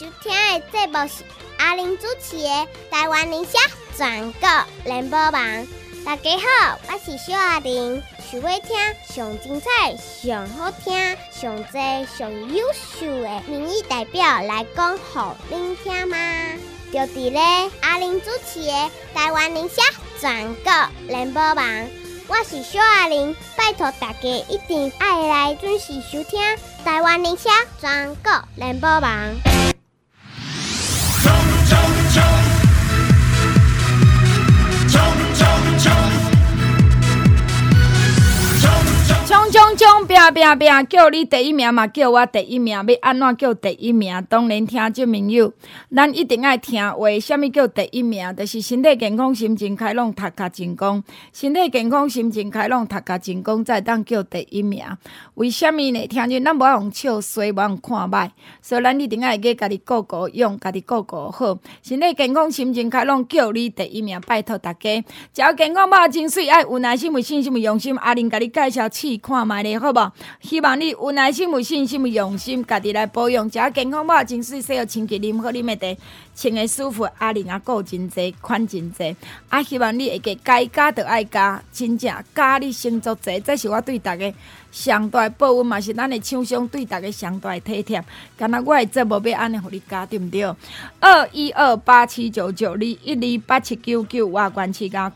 收听的节目是阿玲主持的台湾宁夏全国联播网。大家好，我是小阿玲。想要听上精彩、上好听、上多、上优秀的民意代表来讲给您听吗？就伫咧阿玲主持的台湾宁夏全国联播网。我是小阿玲，拜托大家一定要来准时收听台湾宁夏全国联播网。 冲！拼，叫你第一名嘛，叫我第一名，要安怎叫第一名？当然，听众朋友，咱一定爱听话。什么叫第一名？就是身体健康、心情开朗、读脚成功。身体健康、心情开朗、读脚成功，才当叫第一名。为什么呢？听众咱无用笑衰，无用看歹，所以咱一定爱给家己顾顾用，家己顾顾好。身体健康、心情开朗，叫你第一名。拜托大家，只要健康饱真水，爱有耐心、有信心、有用心。阿玲甲你介绍试看卖咧，好无？希望你有耐心、有信心、有用心，家己来保养，食健康饱真水，洗好清气，啉好啉的茶，穿的舒服。阿玲啊，顾真济，款真济。啊，希望你会记该加就爱加，真正加你成足济，这是我对大家上大的报恩，嘛是咱的厂商对大家上大的体贴。敢若我的节目要安尼互你加，对毋对？212879921287999外关市加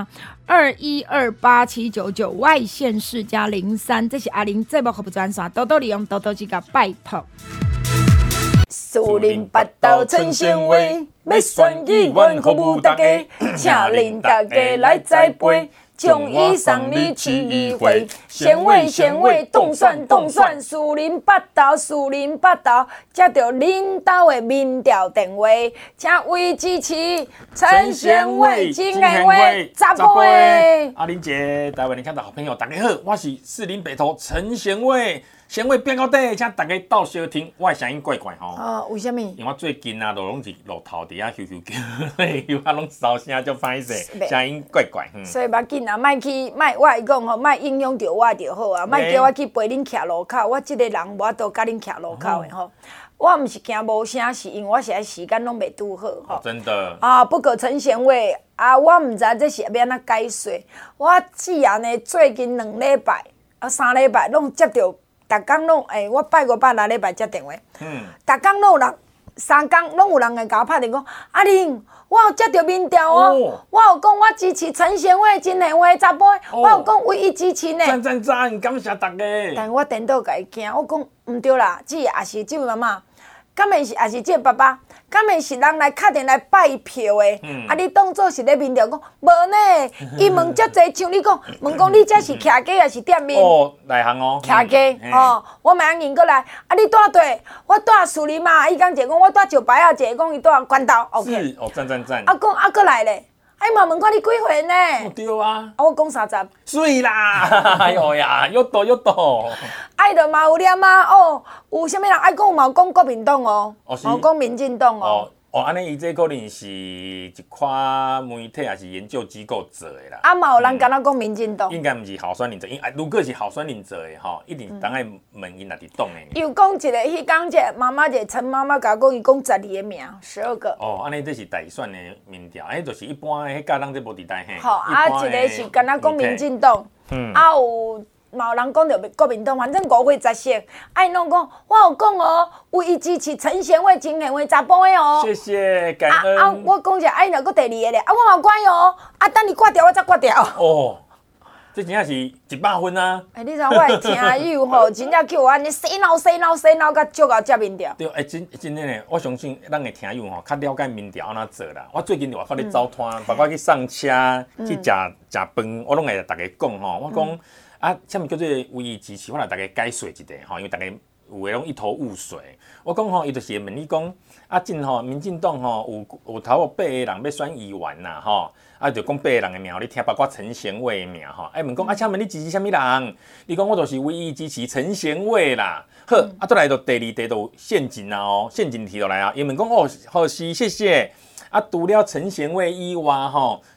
0321287799外县市加03，这是阿玲节目服务专线，多多利用，多多指教，拜托。 树林八道陈贤伟，要选议员服务大家，请恁大家来栽培。将伊送你市议会，县委动算，树林八道，接到领导的民调电话，请为支持陈贤伟今年的10倍。 阿玲姐，台湾的看到好朋友，大家好，我是士林北投陈贤伟。贤伟变到底，请大家到小听，我的声音怪怪吼。 为什么？ 因为我最近啊，拢是路头底下咻叫，有啊拢烧声就歹势，声音怪怪。 所以要紧啊，莫我会讲吼，莫影响到我就好啊，莫叫我去陪恁徛路口，我即个人无法度甲恁徛路口的吼。我毋是惊无声，是因为我现在时间拢袂拄好吼。 真的。 不过陈贤伟啊，我毋知这是要安怎解说。我既然呢，最近2礼拜3礼拜拢接到。逐工拢我拜5拜6礼拜接电话，逐工拢有人3工拢有人会甲我拍电话讲，阿玲，我有接到民调哦，我有讲我支持陈贤伟今年的10倍，我有讲唯一支持呢。 赞，感谢大家。 但我电脑甲伊惊，我讲毋对啦，这也是这位妈妈，敢会是也是这爸爸，敢会是人来敲电来拜票的？你当作是咧民调讲，无呢？伊问遮济，像你讲，问讲你这是徛街还是店面？ 内行哦。 徛街我马上认过来。你住对？我住树林嘛。伊讲一个讲我住石牌啊，一个讲伊住关岛。 是赞。 讲过来咧。伊嘛问看你几岁呢？ 对啊。 我讲30。 水啦！哎呦呀，又多。 伊就嘛有念啊。有啥物人爱讲嘛有讲国民党哦，有讲民进党哦。 安尼伊这可能是一款媒体还是研究机构做的啦。 嘛有人敢若讲民进党。 应该毋是候选人做，如果是候选人做的吼，一定当爱问因哪伫党的。 又讲一个，迄讲一个妈妈，一个陈妈妈甲我讲，伊讲12个名，12个。 安尼这是大选的民调，就是一般迄家人这无伫台嘿。 好，一个是敢若讲民进党，有。嘛有人讲着国民党，反正5月10日，因拢讲，我有讲哦，唯一支持陈贤伟今年的10倍哦。 谢谢，感恩。 我讲者，因若搁第2个咧，我嘛关哦，等你挂掉，我才挂掉。 这真正是100分啊！ 你知我的听友吼，真正叫我安尼洗脑，甲足到接民调。 对，真的呢，我相信咱的听友吼，较了解民调安怎做啦。我最近伫外口咧走摊，包括去上车、去食饭，我拢会大家讲吼，我讲。什么叫做唯一支持？我来大家解说一下吼，因为大家有诶拢一头雾水。我讲吼，伊就是会问你讲，民进党吼有头8个人要选议员啦吼，就讲8个人的名，你听包括陈贤伟的名吼，问讲请问你支持什么人？你讲我就是唯一支持陈贤伟啦。好，再来就第2题就陷阱啦陷阱题就来啊。伊问讲好是谢谢。除了陈贤伟以外吼。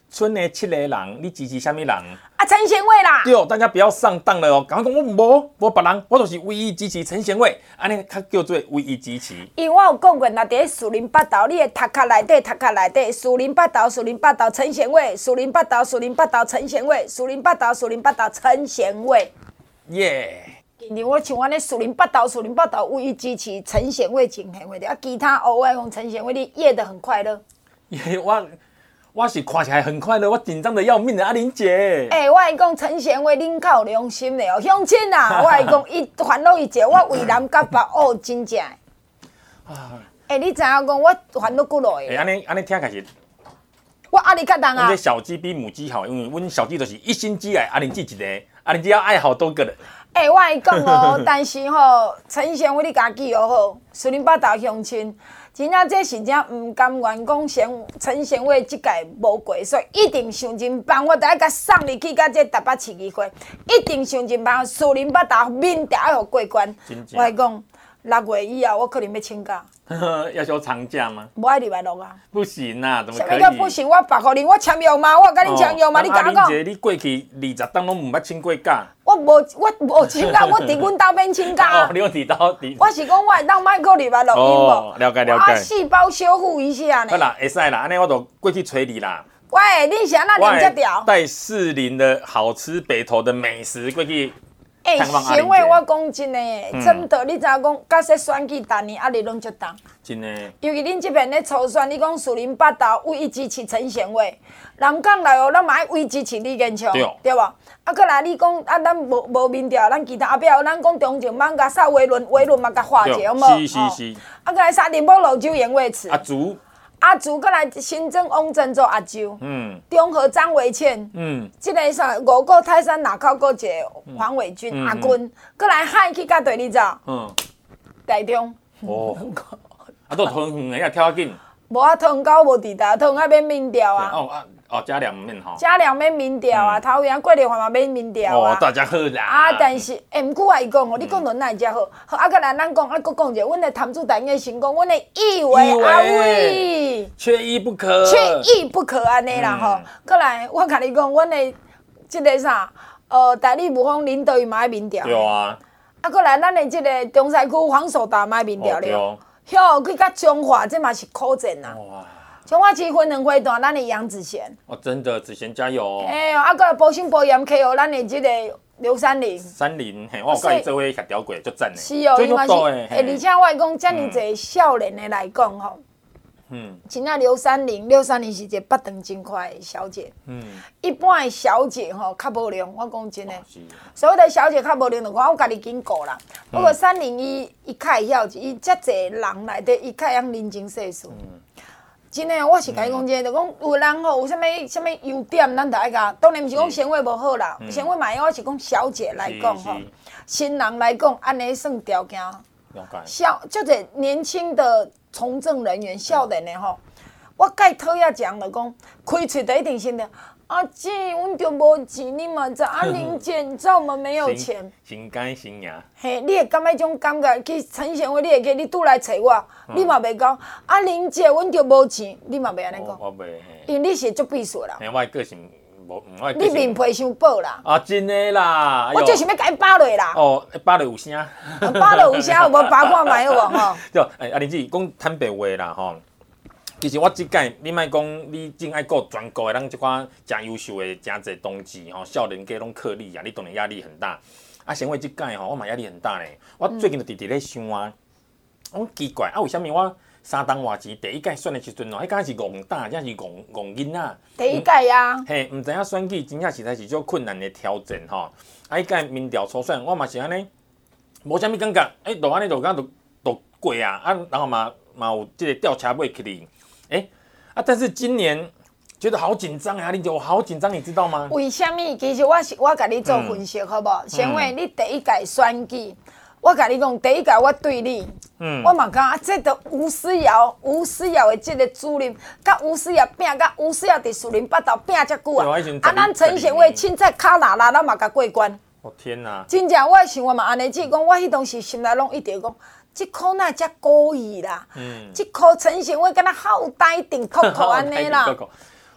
村的7个人，你支持什么人？ 啊，陈贤伟啦。 对，大家不要上当了哦！赶快讲，我别人，我就是唯一支持陈贤伟，安尼较叫做唯一支持。 因为我有讲过，若伫树林八道，你的头壳内底，树林八道，陈贤伟，树林八道，陈贤伟，树林八道，陈贤伟。 耶！ 今年我像安尼树林八道，唯一支持陈贤伟、陈贤伟的，啊，其他偶尔讲陈贤伟，你夜得很快乐。 我是看起来很快乐，我紧张的要命的阿玲姐。 我会讲陈贤伟，恁较有良心的哦，乡亲啊，我会讲伊烦恼伊一个，我为南甲北哦，真正的。你知影讲我烦恼几落的？ 安尼听起是。 我压力较重啊。 阮这小鸡比母鸡好，因为阮小鸡就是一心鸡来，阿玲姐一个，阿玲姐要爱好多个人。 我会讲哦，但是吼，陈贤伟你家己哦好，树林八道乡亲。真正这是真唔甘愿讲陈贤伟即届无过，所以一定想尽办法，甲送入去到这台北市议会，一定想尽办法，树林八道民调要过关。我来讲，6月以后我可能要请假。 要休长假吗？ 无爱礼拜六啊。 不行啊，怎么可以？ 什么叫不行？我别互你，我签约嘛，我甲你签约嘛，你甲我讲。 你过去20档拢唔捌请过假。 我无请假，我伫阮兜边请假。 你有伫兜？ 我是讲我会当莫过礼拜六， 哦，了解。 我细胞修复一下呢。 好啦，会使啦，安尼我就过去找你啦。 喂，你是安那两只条？ 带士林的好吃北投的美食过去。 贤伟，我讲真诶，真的，你知影讲，假设选举逐年压力拢足重。 真诶。 尤其恁这边咧初选，你讲树林八道唯一支持陈贤伟，南港来哦，咱嘛爱唯一支持李建昌，对无？啊，过来你讲啊，咱无民调，咱其他后壁咱讲中正网甲邵维伦嘛甲化解，有无？ 是。 啊，过来沙林堡泸州盐味池。 阿竹，过来新增翁镇做阿周，中和张维倩，即个啥五股泰山那口个一个黄伟军阿军，过来海去甲对你走，台中。 哦，都通远的，跳紧。 无啊，通高无伫达，通啊免民调啊。 嘉良免吼。 嘉良免民调啊，桃园过年嘛免民调啊。 大家好啦。 啊，但是毋过我讲哦，你讲到哪会遮好？好，啊，过来咱讲，佫讲者，阮的谭主台应该先讲，阮的义为阿伟， 缺一不可， 安尼啦吼。过来，我甲你讲，阮的即个啥，代理部方领导伊嘛爱民调。 对啊。 啊，过来，咱的即个中西区黄守达嘛爱民调了。哟，去到中华，这嘛是苦战呐。中华区分两会段，咱的杨子贤。 真的，子贤加油哦！ 啊，过来保兴保盐 KO，咱的即个刘三林。嘿， 我有甲伊做伙协调过，足赞的。 是哦，因为是，而且我讲，遮尔侪少年的来讲吼，真正刘三林是一个八长真快的小姐。一般的小姐吼较无良，我讲真的，所有的小姐较无良，就我家己经过啦。不过三林伊较会晓，伊遮侪人内底，伊较会晓人情世事。真诶，我是甲你讲真，就讲有人吼有啥物优点，咱就爱甲。当然毋是讲贤惠无好啦，贤惠嘛，我是讲小姐来讲吼，新人来讲，安尼算条件。 了解。 就这年轻的从政人员，少年的吼，我甲伊讨厌讲就讲，开喙就一定先的。阿姐，阮就无钱，你嘛知？啊，玲姐，你知道我们没有钱。 心甘情愿。 嘿，你会感觉迄种感觉？去陈贤伟，你会记你拄来找我，你嘛袂讲。啊，玲姐，阮就无钱，你嘛袂安尼讲。 我袂。 因为你是足避暑啦。 我个性无， 你面皮伤薄啦。 啊，真的啦。 我就是要甲伊扒落啦。 扒落有声。 扒落有声，有无扒看卖好无吼？ 对，阿玲姐讲坦白话啦吼。其实我即届，你莫讲，你真爱顾全国的咱即款真优秀的真侪同志吼，少年家拢克你啊，你当然压力很大。啊，贤惠即届吼，我嘛压力很大咧。我最近就直直咧想啊，我奇怪啊，为什么我3档外钱第一届选的时阵哦，迄敢是戆大，才是戆囡仔。 第一届啊。 嘿，毋知影选举真正实在是足困难的挑战吼。啊，迄届民调初选，我嘛是安尼，无啥物感觉，就安尼就感觉就过啊。啊，然后嘛有即个吊车尾去哩。但是今年觉得好紧张啊，玲姐，我好紧张，你知道吗？ 为什么？其实我甲你做分析，好无？贤惠，你第一届选举，我甲你讲，第一届我对你，我嘛讲啊，这都吴思瑶的这个主任，甲吴思瑶拼，甲吴思瑶伫树林八道拼遮久啊，咱陈贤惠凊彩卡拉拉，咱嘛甲过关。 我天哪！ 真正我想我嘛安尼，只讲我迄当时心内拢一直讲。即箍哪遮故意啦？即箍陈贤伟敢若好呆定扣扣安尼啦。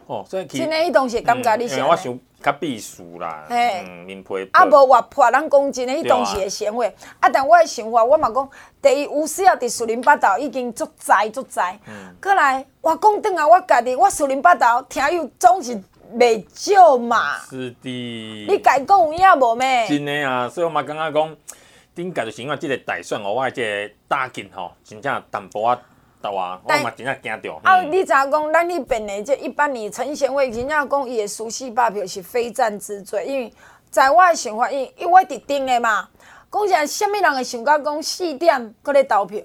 哦，所以真诶，迄当时感觉你是安尼。 我想较避暑啦，面皮啊，无活泼，咱讲真诶，迄当时诶生活。啊，但我诶想法，我嘛讲，第一有时啊，伫树林北投已经足栽。过来，我讲转来，我家己，我树林北投听友总是袂少嘛。 是的。 你家讲有影无咩？ 真诶啊，所以我嘛感觉讲，顶届就是因为即个大选，我即个打击吼，真正淡薄仔。我嘛真正惊着。 你知影讲，咱迄边的这100年陈贤伟，真正讲伊的输400票是非战之罪，因为在我的想法，因为我伫顶的嘛，讲啥，啥物人会想到讲4点搁咧投票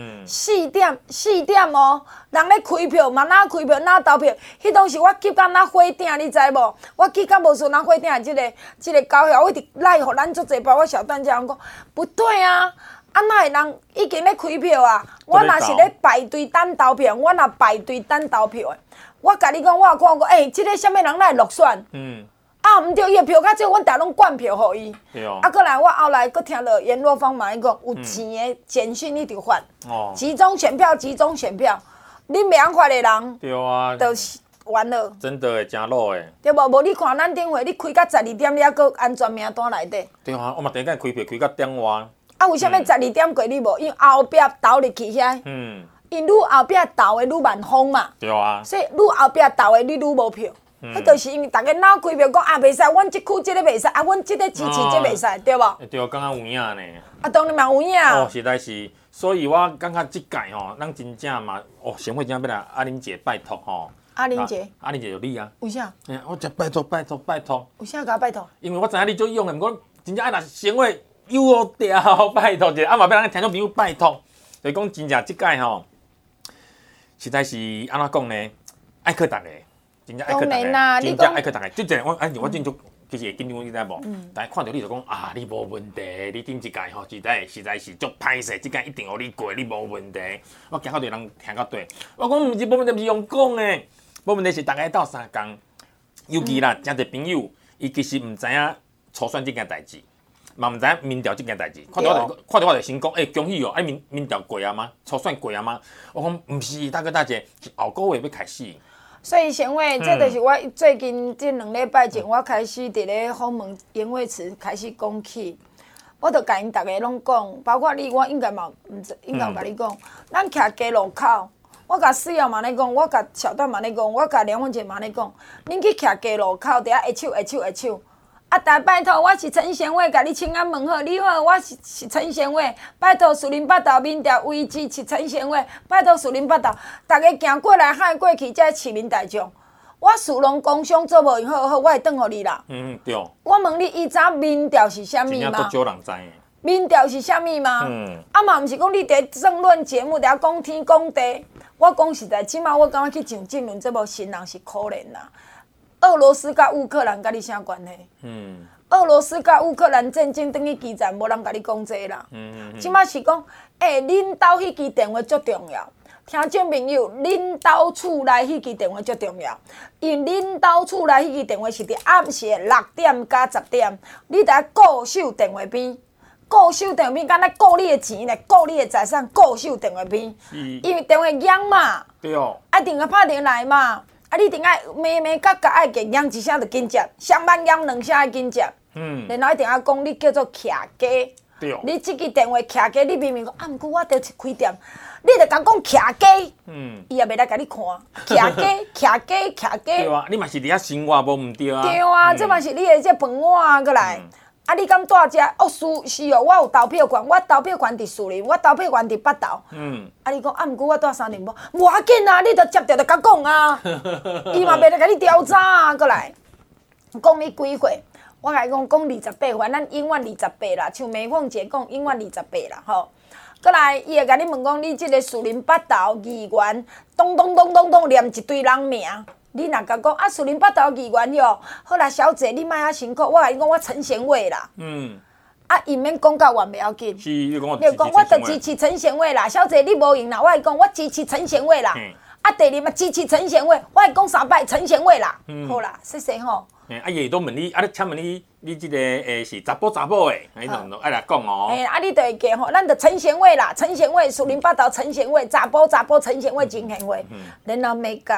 ？4点哦，人咧开票嘛，哪开票哪投票？迄当时我急到哪火鼎，你知无？我急到无算哪火鼎的即个高效，我直赖互咱足侪包括小段家人讲，不对啊。啊，哪会人已经咧开票啊？我若是咧排队等投票，我若排队等投票的，我甲你讲，我有看过，即个啥物人来落选？啊，毋对，伊的票较少，阮逐拢灌票互伊。啊，过来我后来佫听到颜若芳嘛，伊讲有钱的简讯你就发，集中选票，你袂晓发的人， 对啊， 就是完了。 真的会真落的。 对无？无你看咱顶回，你开到12点，你还佫安全名单内底。 对啊，我嘛第一间开票开到点外。 啊，为虾米12点过你无？因为后壁投入去遐，因愈后壁投的愈万丰嘛， 对啊， 所以愈后壁投的你愈无票，迄就是因为大家闹开票讲啊袂使，阮即区即个袂使，啊阮即个支持即袂使，对无？ 对，刚刚有影呢。 啊，当然嘛有影。 哦，实在是，所以我感觉即届吼，咱真正嘛，贤惠真正要来阿玲姐拜托吼。 阿玲姐就你啊。 为啥？ 我真拜托。 为啥甲拜托？ 因为我知影你做勇的，毋过真正爱若贤惠。有条拜托者，啊嘛要咱听众朋友拜托，就是讲真正即届吼，实在是安怎讲呢？爱靠大家，真正爱靠大家，真正爱靠大家。就这样，我真就其实会紧张，你知无？但是看到你就讲啊，你无问题，你顶一届吼，实在是足歹势，即届一定互你过，你无问题。我惊到对人听到对，我讲毋是无问题，毋是用讲的，无问题是大家斗相共，尤其啦，真侪朋友，伊其实毋知影初选即件代志。嘛毋知影民调即件代志，看到我就先讲，恭喜哦！民调过啊吗？初选过啊吗？我讲毋是，大哥大姐，是后个月要开始。 所以贤惠，这就是我最近这2礼拜前，我开始伫咧访问颜惠慈开始讲起，我就甲因逐个拢讲，包括你，我应该嘛毋知，应该甲你讲，咱徛街路口，我甲四瑶嘛咧讲，我甲小段嘛咧讲，我甲梁文杰嘛咧讲，恁去徛街路口，伫遐下手。啊！但拜托，我是陈贤惠，甲你请安问好，你好，我是陈贤惠。拜托，树林北投民调唯支持陈贤惠。拜托，树林北投，大家行过来，喊过去，才市民大众。我树农工商做无用好，我会转互你啦。 对。 我问你，伊知民调是啥物吗？ 真正足少人知。 民调是啥物吗？啊嘛，毋是讲你伫政论节目伫遐讲天讲地。我讲实在，即马我感觉去上政论这部新人是可怜啦。俄罗斯甲乌克兰甲你啥关系？俄罗斯甲乌克兰战争等于基站，无人甲你讲这啦。即马是讲，恁兜迄支电话足重要。听众朋友，恁兜厝内迄支电话足重要，因为恁兜厝内迄支电话是伫暗时6点加10点，你伫固守电话边，固守电话边，敢若顾你的钱咧，顾你的财产，固守电话边，因为电话响嘛， 对哦， 啊，电话拍电来嘛。啊！你定爱甲爱给响一声就紧接，上万响2声爱紧接。然后一定要讲你叫做徛家。 对哦。 你即支电话徛家，你明明讲啊，毋过我着开店，你着甲讲徛家。伊也袂来甲你看，徛家。 对啊，你嘛是伫遐生活无毋对啊。 对啊，这嘛是你的这饭碗过来。啊！你敢住遮？哦，是哦，我有投票权，我投票权伫树林，我投票权伫北投。啊！你讲啊，毋过我住3年无，无要紧啊！你着接着甲讲啊，伊嘛袂来甲你调查啊，过来讲你几岁？我甲伊讲28岁，咱永远28啦，像美凤姐讲永远28啦，吼。过来，伊会甲你问讲，你即个树林北投议员，咚念一堆人名。你若甲讲啊，树林北投议员哟，好啦，小姐，你莫遐辛苦。我甲伊讲，我陈贤惠啦。啊，伊免讲到完袂要紧。 是，你讲我就支持陈贤惠啦。小姐，你无用啦，我会讲我支持陈贤惠啦。啊，第二嘛支持陈贤惠，我会讲3摆陈贤惠啦。好啦，谢谢吼。 啊，伊都问你，啊，请问你即个是查甫的，你都爱来讲哦。 啊，你就会记吼，咱就陈贤惠啦，陈贤惠，树林北投陈贤惠，查甫陈贤惠真贤惠。然后美甲。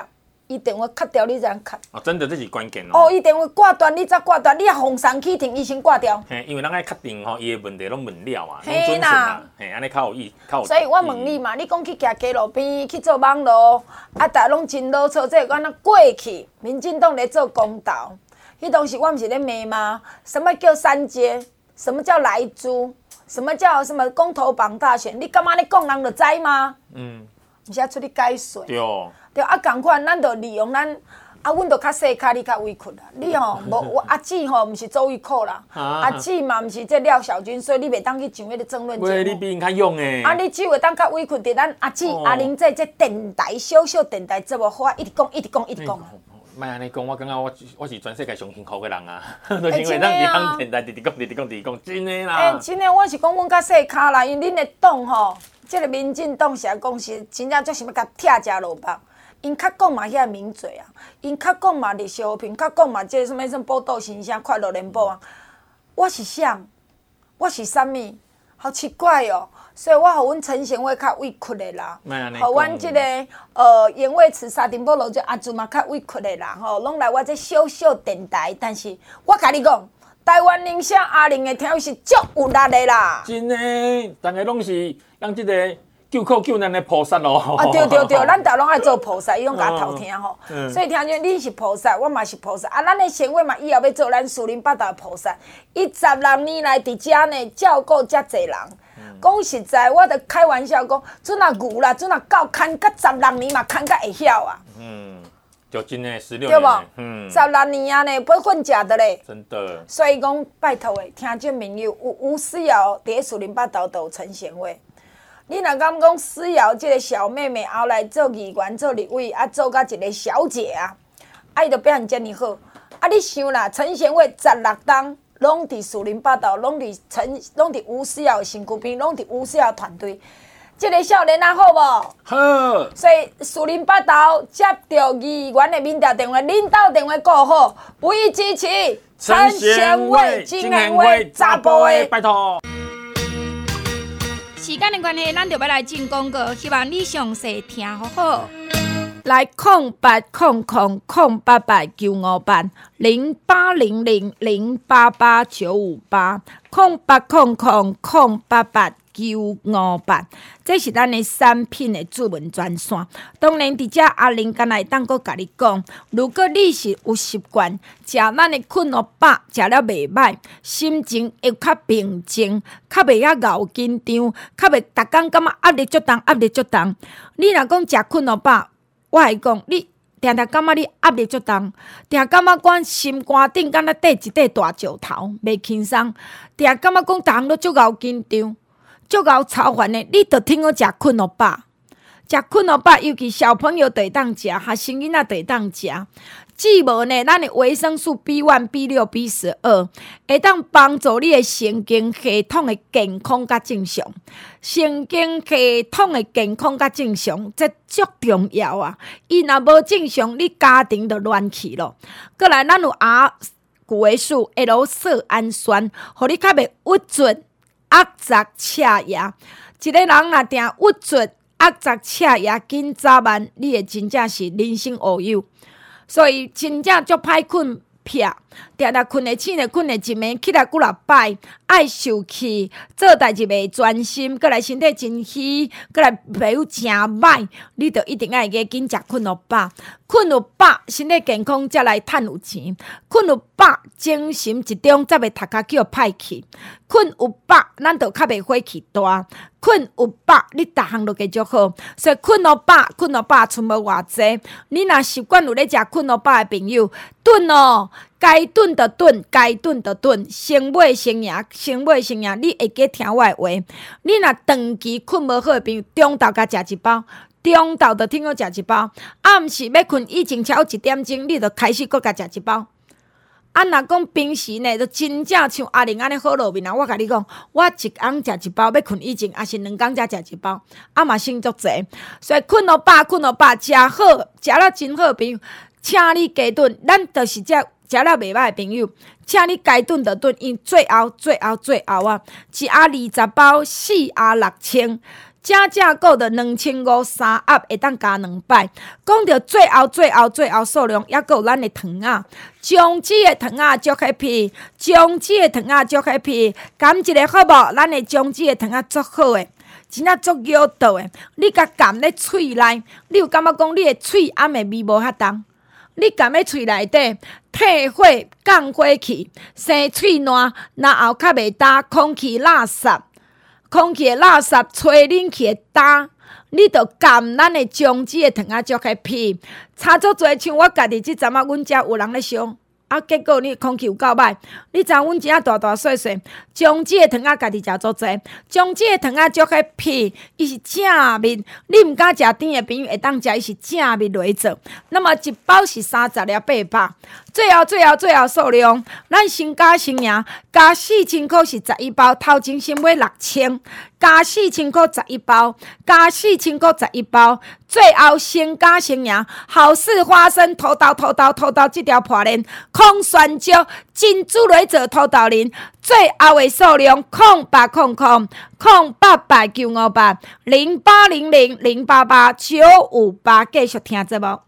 伊电话卡掉，你才卡。 哦，真的这是关键哦。 哦，伊电话挂断，你才挂断，你啊风扇启停，伊先挂掉。 嘿，因为咱爱确定吼，伊的问题拢问了啊，拢嘿准顺啊，嘿，安尼较有意，较有。 所以我问你嘛，你讲去行街路边去做网络，啊，逐拢真老错，这我那过去，民进党咧做公道，迄当时我毋是咧骂吗？什么叫三阶？什么叫莱猪？什么叫什么公投绑大选？你感觉咧讲人就知吗？毋是要出去解说。 对哦。 对啊，共款，咱就利用咱。啊，阮著较细卡，你较委屈啦。你吼，无我阿姊吼，毋是周玉蔻啦，阿姊嘛毋是这廖小军，所以你袂当去上迄个争论节目。 喂，你比因较勇诶。 啊，你只会当较委屈伫咱阿姊、阿玲这电台小电台节目，好一直讲，一直讲，一直讲。 莫安尼讲，我感觉我是全世界上幸福的人啊！就是因为咱伫咱电台直讲，直讲，直讲，真诶啦。 真诶，我是讲阮较细卡啦，因为恁的党吼，即个民进党是讲是真正做想要甲拆食落腹。因较讲嘛遐名嘴啊，因较讲嘛历史和平，较讲嘛即个什么报道新声、快乐联播啊。我是啥？我是啥物？好奇怪哦！所以我互阮陈贤伟较委屈的啦，互阮即个严卫慈、沙丁堡路这阿祖嘛较委屈的啦，吼，拢来我这小电台，但是我甲你讲，台湾宁夏阿玲的听友是足有力的啦。 真诶，大家拢是让即个。救苦救难的菩萨咯！ 啊，对，咱大拢爱做菩萨，伊拢甲偷听吼。所以听见你是菩萨，我嘛是菩萨。啊，咱的贤惠嘛以后要做咱树林八道的菩萨。16年来伫遮呢，照顾遮侪人。讲实在，我著开玩笑讲，阵啊牛啦，阵啊狗牵甲16年嘛牵甲会晓啊。 就真诶16年。 对无？16年啊呢，不混食的咧。 真的。 所以讲，拜托诶，听众朋友，有吴思瑶伫树林八道都有陈贤惠。你若敢讲思瑶即个小妹妹后来做议员、做立委，啊做甲一个小姐啊，啊伊就表现遮尔好。啊你想啦，陈贤惠16档拢伫树林八道，拢伫吴思瑶的身躯边，拢伫吴思瑶团队。即个少年啊好无？ 好。 所以树林八道接到议员的民调电话、领导电话过好，不予支持陈贤惠、金贤惠查甫的，拜托。 时间的关系，咱就要来进广告，希望你详细听好好。来0800-958-0888-958，0800-088-958，这是咱的产品的主文专线。当然，伫遮阿玲敢来当阁甲你讲，如果你是有习惯食咱的困乐饱，食了袂歹，心情会较平静，较袂遐熬紧张，较袂逐工感觉压力足重，压力足重。你若讲食困乐饱，我来讲，你常常感觉你压力足重，常感觉讲心肝顶敢若缀一块大石头，袂轻松，常感觉讲逐项都足够紧张。足够操烦的，你着听我食困乐饱。食困乐饱，尤其小朋友会当食，学生囡仔会当食。既无呢，咱的维生素 B1、B6、B12 会当帮助你的神经系统的健康甲正常。神经系统的健康甲正常，这足重要啊！伊若无正常，你家庭就乱去咯。过来，咱有阿古维素、L 色氨酸，互你较袂郁卒。压杂赤牙，一个人若定郁卒、压杂赤牙，紧早晚，你会真正是人生乌有，所以真正足歹困撇，常常困会醒的，困会一暝，起来几落摆，爱受气，做代志袂专心，过来身体真虚，过来皮肤真歹，你着一定爱加紧食困乐饱。困有饱，身体健康才来趁有钱；困有饱，精神集中才袂读骹叫歹去；困有饱，咱就较袂火气大；困有饱，你逐项都加足好。所以困有饱，困有饱，剩无偌济。你若习惯有咧食困有饱的朋友，顿哦，该顿就顿，该顿就顿，先买先赢，先买先赢。你会记听我的话。你若长期困无好的朋友，中昼甲食一包。中昼就听我食一包，暗时要困以前超1点钟，你就开始搁甲食一包。啊，若讲平时呢，就真正像阿玲安尼好落面啊！我甲你讲，我一工食一包，要困以前也是2工才食一包，啊嘛省足济。所以困落饱，困落饱，食好，食了真好的朋友，请你加顿，咱就是食了袂歹的朋友，请你该顿就顿，因最后啊，1盒20包，4盒6000。 正购的2500盒会当加2摆。讲到最后数量，还佫有咱的糖仔，姜子的糖仔足 happy， 姜子的糖仔足 happy， 甘一个好无？咱的姜子的糖仔足好诶。真正足咬倒诶！你甲含咧喙内，你有感觉讲你的喙暗的味无遐重？你含咧喙内底，退火降火气，生喙烂，然后较袂焦，空气垃圾，吹冷气会焦。你着含咱的姜子的糖仔足起屁，差足多像我家己即阵仔，阮遮有人咧烧。结果你空气有够歹，你知阮遮大细，姜子的糖仔家己食足济，姜子的糖仔足起屁，伊是正蜜，你毋敢食甜的朋友会当食，伊是正蜜落去做。那么一包是30粒800，最后数量，咱先加先赢，加4000块是11包，头前先买6000，加4000块11包，最后先加先赢，好事花生土豆这条破链。空酸椒珍珠雷做土豆仁，最后的数量08000958080008000958，继续听节目。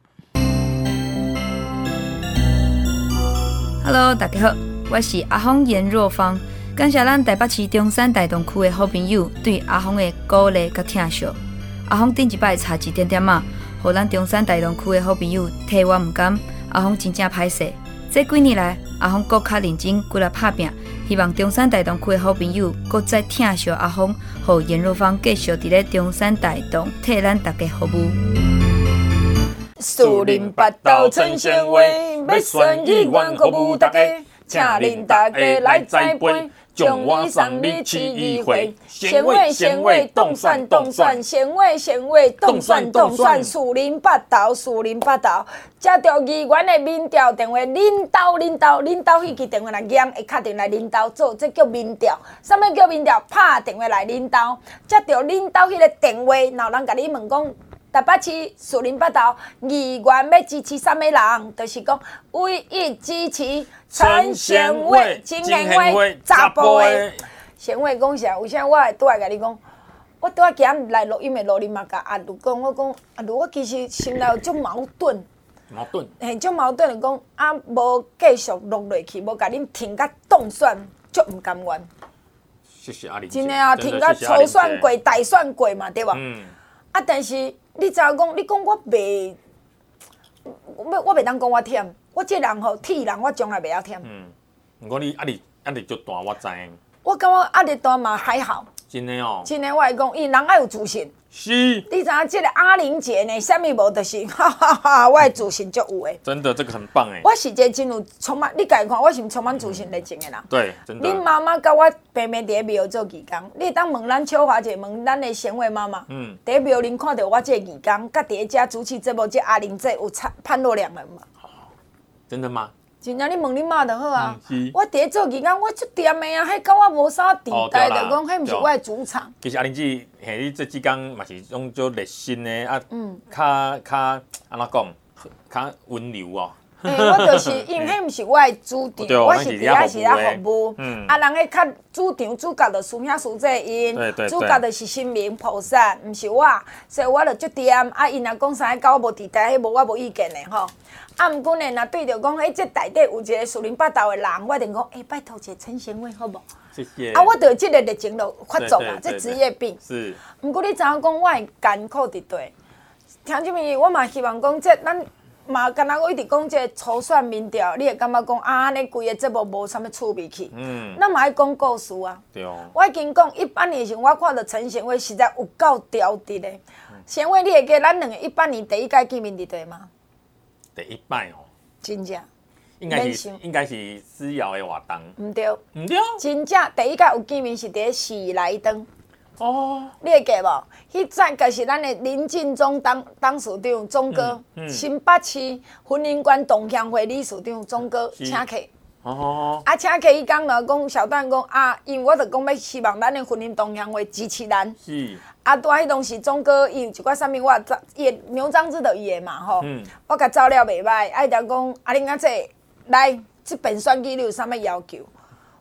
Hello， 大家好，我是阿芳颜若芳，感谢咱台北市中山大同区的好朋友对阿芳的鼓励甲疼惜。阿芳顶一摆差一点仔，互咱中山大同区的好朋友替我毋甘，阿芳真正歹势。这几年来，阿芳搁较认真过来拍拼，希望中山大同区的好朋友搁再疼惜阿芳，互颜若芳继续伫咧中山大同替咱大家服务。 树林八斗春鲜话，要选议员服务大家，请恁大家来栽培，将我送你市议会。鲜话动算，鲜话动算，树林八斗，接到议员的民调电话，恁兜迄支电话来响，会敲定来恁兜做，这叫民调。啥物叫民调？拍电话来恁兜，接到恁兜迄个电话，然后人甲你问讲。台北市树林八斗议员要支持啥物人？就是讲唯一支持陈贤伟、金贤伟查甫的。贤伟讲啥？为啥我会拄来甲你讲？我拄仔今日来录音的路，你嘛甲阿鲁讲，我讲阿鲁，我其实心内有种矛盾。嘿，种矛盾就讲无继续录落去，无甲恁停甲冻选，足毋甘愿。 谢谢阿玲。 真诶啊，停甲初选过、大选过嘛，对无？但是。你知影讲？你讲我袂，我袂当讲我忝。我这人吼，铁人，我从来袂晓忝。 毋过你压力足大，我知。 我感觉压力大嘛还好。 真诶哦。 真诶，我会讲，伊人爱有自信。 是。 你知影这个阿玲姐呢？啥物无就是哈哈哈，我的自信足有诶。 真的，这个很棒诶。 我是一个真有充满，你家看，我是充满自信热情诶人。 对，真的。 恁妈妈甲我平伫咧庙做义工，你当问咱秋华姐，问咱的贤惠妈妈。伫庙林看到我这个义工，甲伫咧遮主持节目，这阿玲姐有判若两人嘛？ 真的吗？ 真正你问恁妈就好啊。我伫咧做义工，我出店的啊，迄甲我无啥地带，就讲迄毋是我的主场。 其实阿玲姐，你这几工嘛是种做热心的啊，较安怎讲，较温柔哦。 我就是因为迄毋是我的主场，我是伫遐是咧服务。人迄较主场主角就是兄师姐因，主角就是神明菩萨，毋是我，所以我就出店。因若讲啥甲我无地带，迄无我无意见的吼。毋过呢，若对着讲，这内底有一个树林八斗的人，我定讲，拜托一个陈贤伟好无？ 谢谢。 我就这个热情就发作啊，这职业病。 是。 毋过你知影讲，我会艰苦伫底。听这边，我嘛希望讲，这咱。嘛，敢若我一直讲这初选民调，你会感觉讲安尼规个节目无啥物趣味去。咱嘛爱讲故事啊。 对哦。 我已经讲18年前，我看到陈贤伟实在有够刁直的。贤伟，你会记咱两个18年第一届见面伫地吗？ 第一摆哦。 真正。 应该是思瑶的活动。 毋对。 毋对。 真正第一届有见面是伫喜来登。 哦， 你会记无？迄阵就是咱的林进忠董事长忠哥，新北市婚姻馆同乡会理事长忠哥请客。 哦。 请客伊讲了，讲小段讲因为我就讲要希望咱的婚姻同乡会支持咱。 是。 拄迄当时忠哥伊有一寡啥物，伊的牛樟芝就伊的嘛吼。我甲照了袂歹，爱条讲恁阿姐来这边选举你有啥物要求？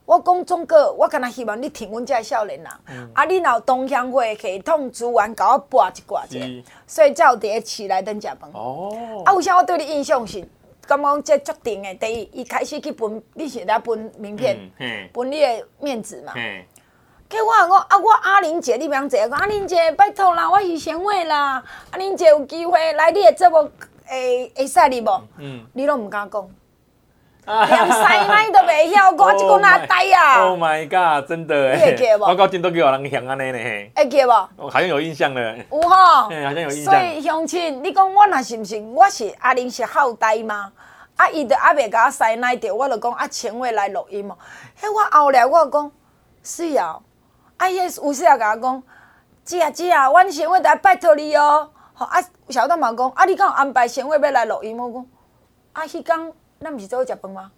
我讲总个，我敢若希望你听阮遮少年人，啊，你若有同乡会系统资源，甲我拨一寡者，所以才有伫咧市内顶食饭。 哦。 啊，为啥我对你印象是，感觉这决定的？第一，伊开始去分，你是咧分名片，分你的面子嘛。结果我讲啊，我阿玲姐，你别坐，讲阿玲姐，拜托啦，我是贤惠啦，阿玲姐有机会来你的节目，会使你无？你拢毋敢讲。连塞奶都袂晓，我即个哪呆啊 ！Oh my god， 真的你会记无？ 我到今都叫人像安尼呢。 会记无？ 我好像有印象了。 有吼， 好像有印象。 所以乡亲，你讲我若是毋是？我是阿玲是好呆吗？啊，伊就还袂甲我塞奶着，我就讲啊，前卫来录音哦。迄我后来我讲是啊，啊，迄有时也甲我讲，姐啊，阮前卫来拜托你哦。吼啊，小段嘛讲，啊，你敢有安排前卫要来录音？我讲啊，迄天。咱毋是做伙食饭吗？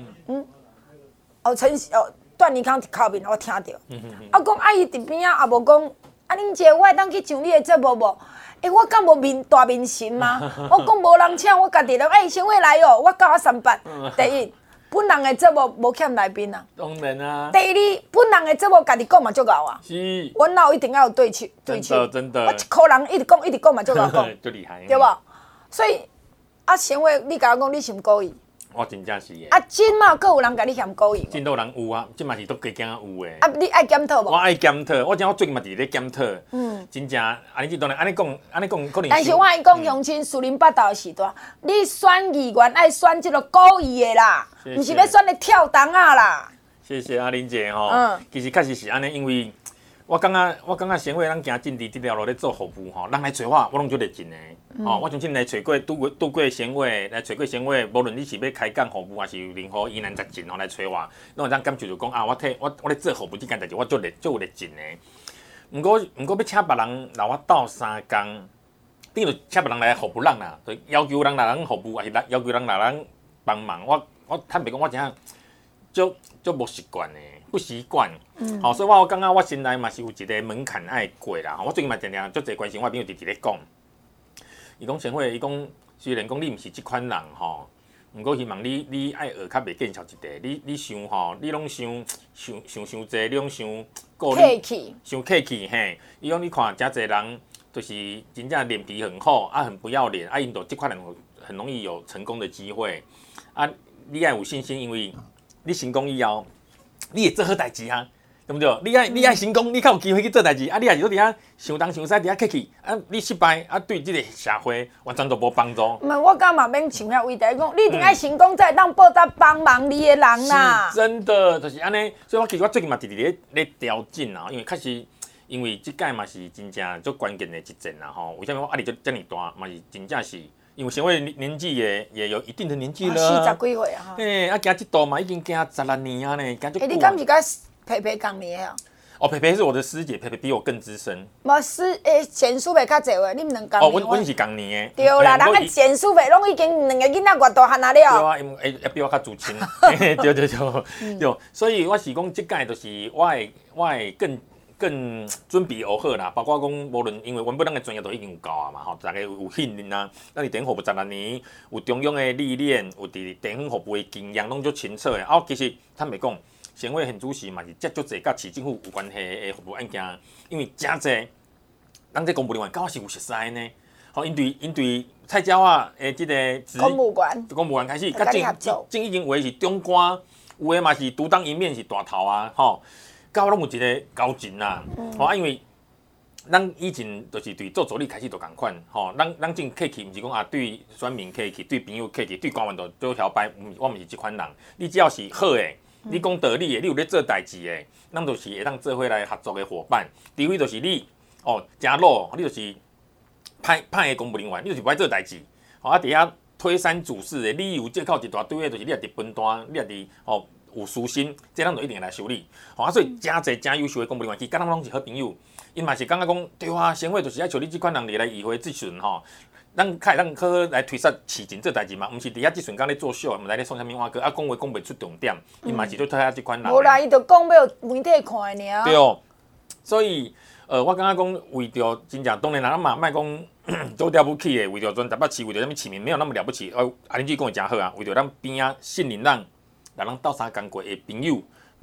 段尼康伫后面，我听到。啊，讲阿姨伫边仔也无讲，啊，恁姐，我会当去上你的节目无？我敢无大面神吗？我讲无人请，我家己来，先会来哦，我教我3班。第一，本人的节目无欠来宾啊。 当然啊。 第二，本人的节目家己讲嘛足够啊。 是。 阮老一定要有对手。 真的。 我一箍人一直讲嘛足够讲。 最厉害。 对无？所以啊，先会你甲我讲，你是毋故意？ 我真正是的。 啊，真嘛，佫有人甲你嫌故意。 真都有人有啊，即嘛是都加减有的。 啊，你爱检讨无？ 我爱检讨，我最近嘛伫咧检讨。真正，安尼即当然安尼讲，可能。 但是我爱讲乡亲四邻八道的时段，你选议员爱选即个故意的啦，毋是要选咧跳档啊啦。 谢谢阿玲姐吼。其实确实是安尼，因为我感觉贤惠咱行政治这条路咧做服务吼，人来找我拢足热情的。我相信来找过拄过贤惠，来找过贤惠，无论你是要开讲服务，还是任何疑难杂症吼来找我，拢会当感受就讲啊，我咧做服务这件代志，我足有热情的。毋过要请别人来我斗3工，等于请别人来服务人啦，就要求人来人服务，还是要求人来人帮忙。我坦白讲，我真正足无习惯的，不习惯。所以我感觉我心内嘛是有一个门槛爱过啦。我最近嘛常常足侪关心我朋友直咧讲。伊讲贤惠，伊讲虽然讲你毋是即款人吼，毋过希望你爱学较袂见笑一地。你想吼，你拢想济，你拢想顾你，想客气嘿。伊讲你看真侪人，就是真正脸皮很厚，很不要脸，因着即款人很容易有成功的机会。你爱有信心，因为你成功以后，你会做好代志啊。对不对？你爱成功，你较有机会去做代志。你也是伫遐想东想西，伫遐客气。你失败，对即个社会完全都无帮助。 唔系，我感觉免想遐伟大，讲你一定爱成功，才会当报答帮忙你的人啦。 是真的，就是安尼。所以其实我最近嘛直直咧调整啊，因为确实，因为即届嘛是真正足关键的一战啦吼。为什么我压力遮尔大？嘛是真正是。因为贤惠年纪也有一定的年纪了 ，40几岁啊。 行即道嘛已经行16年啊呢，行足久。 你敢是甲培培共年的哦？培培是我的师姐，培培比我更资深。 无前师辈较侪话，你们两共年。 阮是共年的。 对啦，人个前师辈拢已经2个囡仔偌大汉啊了。 对啊，因为比我较资深。对，所以我是讲即届就是我会更准备而好啦，包括讲无论因为原本咱的专业都已经有够啊嘛，吼，大家有训练啊，咱伫地方服务16年，有中央的历练，有伫地方服务的经验，拢足清楚的。其实坦白讲，贤惠县主席嘛是接足侪甲市政府有关系的服务案件，因为真侪，咱这公务人员敢是有熟悉呢。吼，因对菜鸟啊，即个公务员开始，甲正已经有的是中官，有的嘛是独当一面是大头啊，吼。到拢有一个交情啦，因为咱以前就是对做助理开始就共款，咱正客气，毋是讲对选民客气，对朋友客气，对官员就做调摆，我毋是即款人。你只要是好的，你讲道理的，你有咧做代志的，咱就是会当做伙来合作的伙伴。除非就是你真老，你就是歹的公务人员，你就是不爱做代志，伫遐推三阻四的，理由借口一大堆的，就是你也伫分担，你也伫有私心，这咱就一定来处理。所以真侪真优秀的公务人员，其实甲咱拢是好朋友。因嘛是感觉讲，对啊，贤惠就是爱像你即款人来议会质询吼，咱好好来推销市情这代志嘛，毋是伫遐即阵刚咧作秀，毋知咧创啥物碗糕，讲话讲袂出重点，因嘛是对推销即款人。 无啦，伊就讲要媒体看的尔。 对哦，所以我感觉讲为着真正当然咱嘛莫讲做了不起的，为着专台北市，为着啥物市民没有那么了不起。阿林姐讲的真好啊，为着咱边仔信任咱。来咱斗相共过的朋友，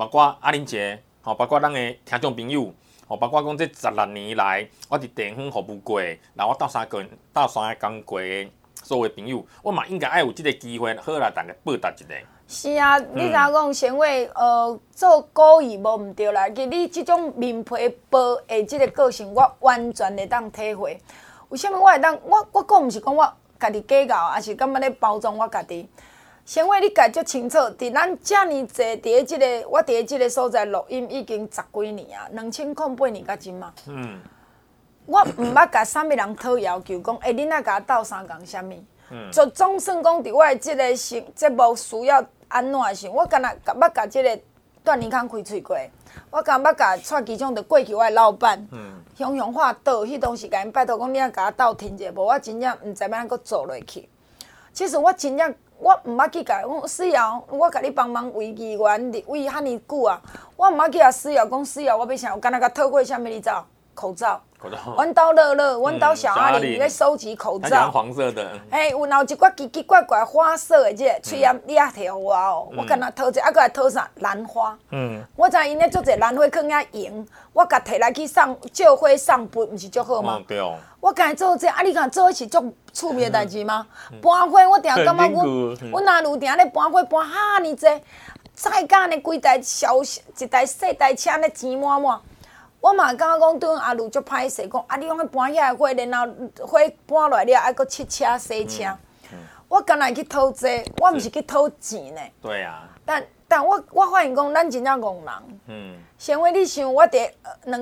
包括阿玲姐，吼，包括咱的听众朋友，吼，包括讲这16年来，我伫地方服务过，然后我斗三个工过的所有朋友，我嘛应该爱有这个机会，好来大家报答一下。 是啊，你知影讲贤惠做古意无毋对啦，其实你即种面皮薄的即个个性，我完全会当体会。为什么我会当？我讲毋是讲我家己假搞，还是感觉咧包装我家己。贤惠，你家足清楚，伫咱遮尔济伫即个我伫即个所在录音已经10几年啊，2008年到今嘛。我毋捌甲啥物人讨要求，讲恁若甲我斗相共啥物。就总算讲伫我的即个节目需要安怎想，我敢若捌甲即个段尼康开喙过，我敢捌甲蔡其昌就过去我的老板，雄雄话倒，迄当时甲因拜托讲，你若甲我斗听者，无我真正毋知要安怎做落去。其实我真正我毋捌去甲讲需要，我甲你帮忙为议员立委遐尼久啊，我毋捌去甲需要讲需要，我要啥？我敢若甲讨过啥物你知道？口罩。阮兜乐乐，阮兜小阿玲咧收集口罩， 黄色的。 有一寡奇奇怪怪花色的，即个喙烟你也摕互我哦。我敢若讨者，还佫来讨啥兰花。我知因咧做者兰花放遐用，我甲摕来去送借花送笔，毋是足好吗？ 对哦。 我甲伊做者，你敢做是足趣味的代志吗？搬花我定感觉阮阿如定咧搬花搬遐尼济，再甲呢规台一台细台车咧钱满满。我嘛感觉讲对阿如足歹势，讲你用去搬遐花，然后花搬落来了，还佫七车洗车。我敢若去讨债，我毋是去讨钱呢。 对啊。 但我发现讲，咱真正戆人。先话你想，我伫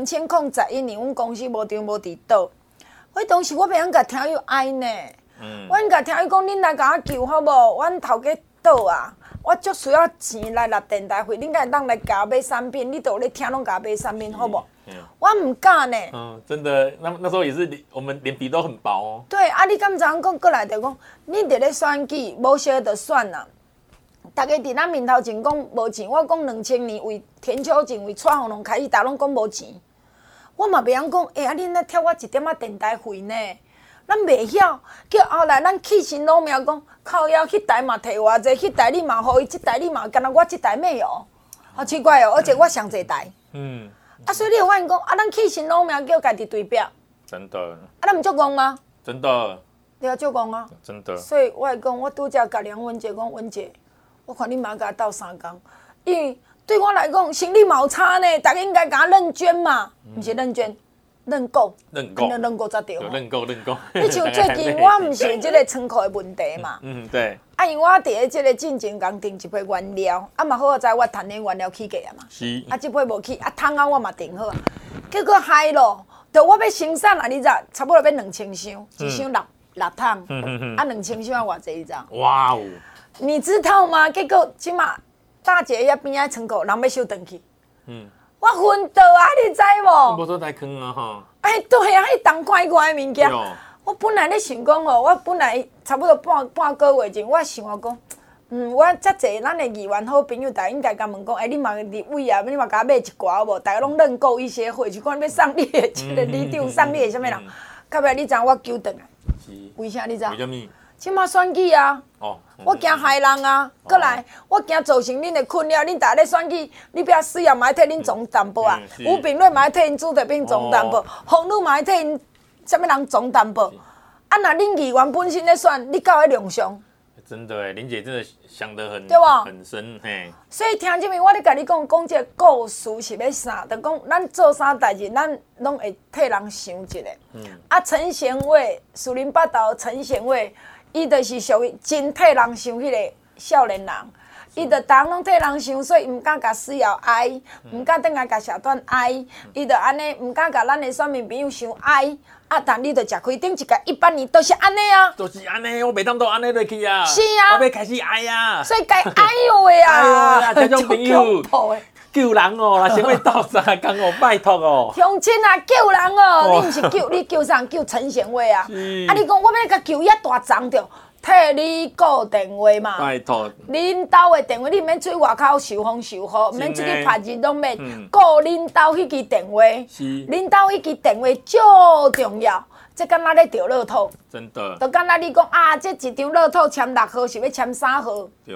2011年，阮公司无场无伫倒，迄当时我袂晓甲听友哀呢。我甲听友讲，恁来甲我救好无？阮头家倒啊！我足需要钱来纳电台费，恁敢会当来甲我买产品？你都有咧听，拢甲我买产品好无？我唔敢呢。 真的，那时候也是，我们脸皮都很薄哦。 对啊，你敢知影讲过来就讲，你伫咧选举，无小就选啦。大家伫咱面头前讲无钱，我讲2000年为田秋瑾为蔡宏龙开始，大家拢讲无钱。我嘛袂晓讲，恁咧贴我1点仔电台费呢？咱袂晓，叫后来咱起心动念讲，靠腰迄台嘛摕偌济，迄台你嘛互伊，即台你嘛干那我即台没有，好奇怪哦，而且我上济台。所以你有发现讲，咱起心动念叫家己对表。 真的。 咱毋足戆吗？ 真的。 你也足戆啊。 真的。 所以我会讲，我拄则甲梁文杰讲，文杰，我看你嘛甲我斗3工，因为对我来讲，生理嘛有差呢，大家应该甲我认捐嘛，毋是认捐。认购才对。 认购。 你像最近我毋是即个仓库的问题嘛？ 对。 因为我伫咧即个进前共订一批原料，嘛好在我谈咧原料起价啊嘛。 是。 即批无起，桶仔我嘛订好啊。结果害咯，就我要生产啊，你知差不多要2000箱，一箱6桶，2000箱偌济，你知？ 哇哦！ 你知道吗？结果即马大姐遐边仔仓库人要收回去。我昏倒啊！你知无？ 无做大坑啊吼！ 对啊，迄重怪怪的物件。我本来咧想讲哦，我本来差不多半个月前，我想讲，我遮济咱的议员好朋友，大家应该甲问讲，你嘛立委啊，你嘛甲我买一寡无？大家拢认购一些货，就看要送你的即个里长，送你的啥物人？到尾你知我揪转来，为啥你知？ 为什么？ 即马选举啊！我惊害人啊！过来，我惊造成恁的困扰。恁大家咧选举，你不要需要嘛替恁总担保啊！吴炳瑞嘛替因朱德斌总担保，洪路嘛替因啥物人总担保。若恁议员本身咧选，你到底亮相？ 真的哎，林姐真的想得很对吧？ 很深嘿。 所以听这边我咧甲你讲这个故事是要啥？就讲咱做啥代志，咱拢会替人想一下。陈贤伟，树林八道陈贤伟。伊就是属于真替人想迄个少年人，伊就逐人拢替人想，所以毋敢甲需要爱，毋敢等下甲小段爱，伊就安尼毋敢甲咱的选民朋友想爱。但你就食开顶一届100年都是安尼啊， 都是安尼，我袂当都安尼落去啊。 是啊， 我要开始爱啊。 所以该爱有的啊， 这种朋友救人哦，若想要斗3工哦，拜托哦。 乡亲啊，救人哦，你毋是救你救啥？救陈贤伟啊。你讲我要甲救遐大张着，替你顾电话嘛。 拜托。 恁兜的电话，你毋免出外口收风收雨，毋免出去拍日拢免。顾恁兜迄支电话，恁兜迄支电话足重要。这敢若咧钓乐透。 真的。 就敢若你讲这一张乐透签6号是要签3号。 对。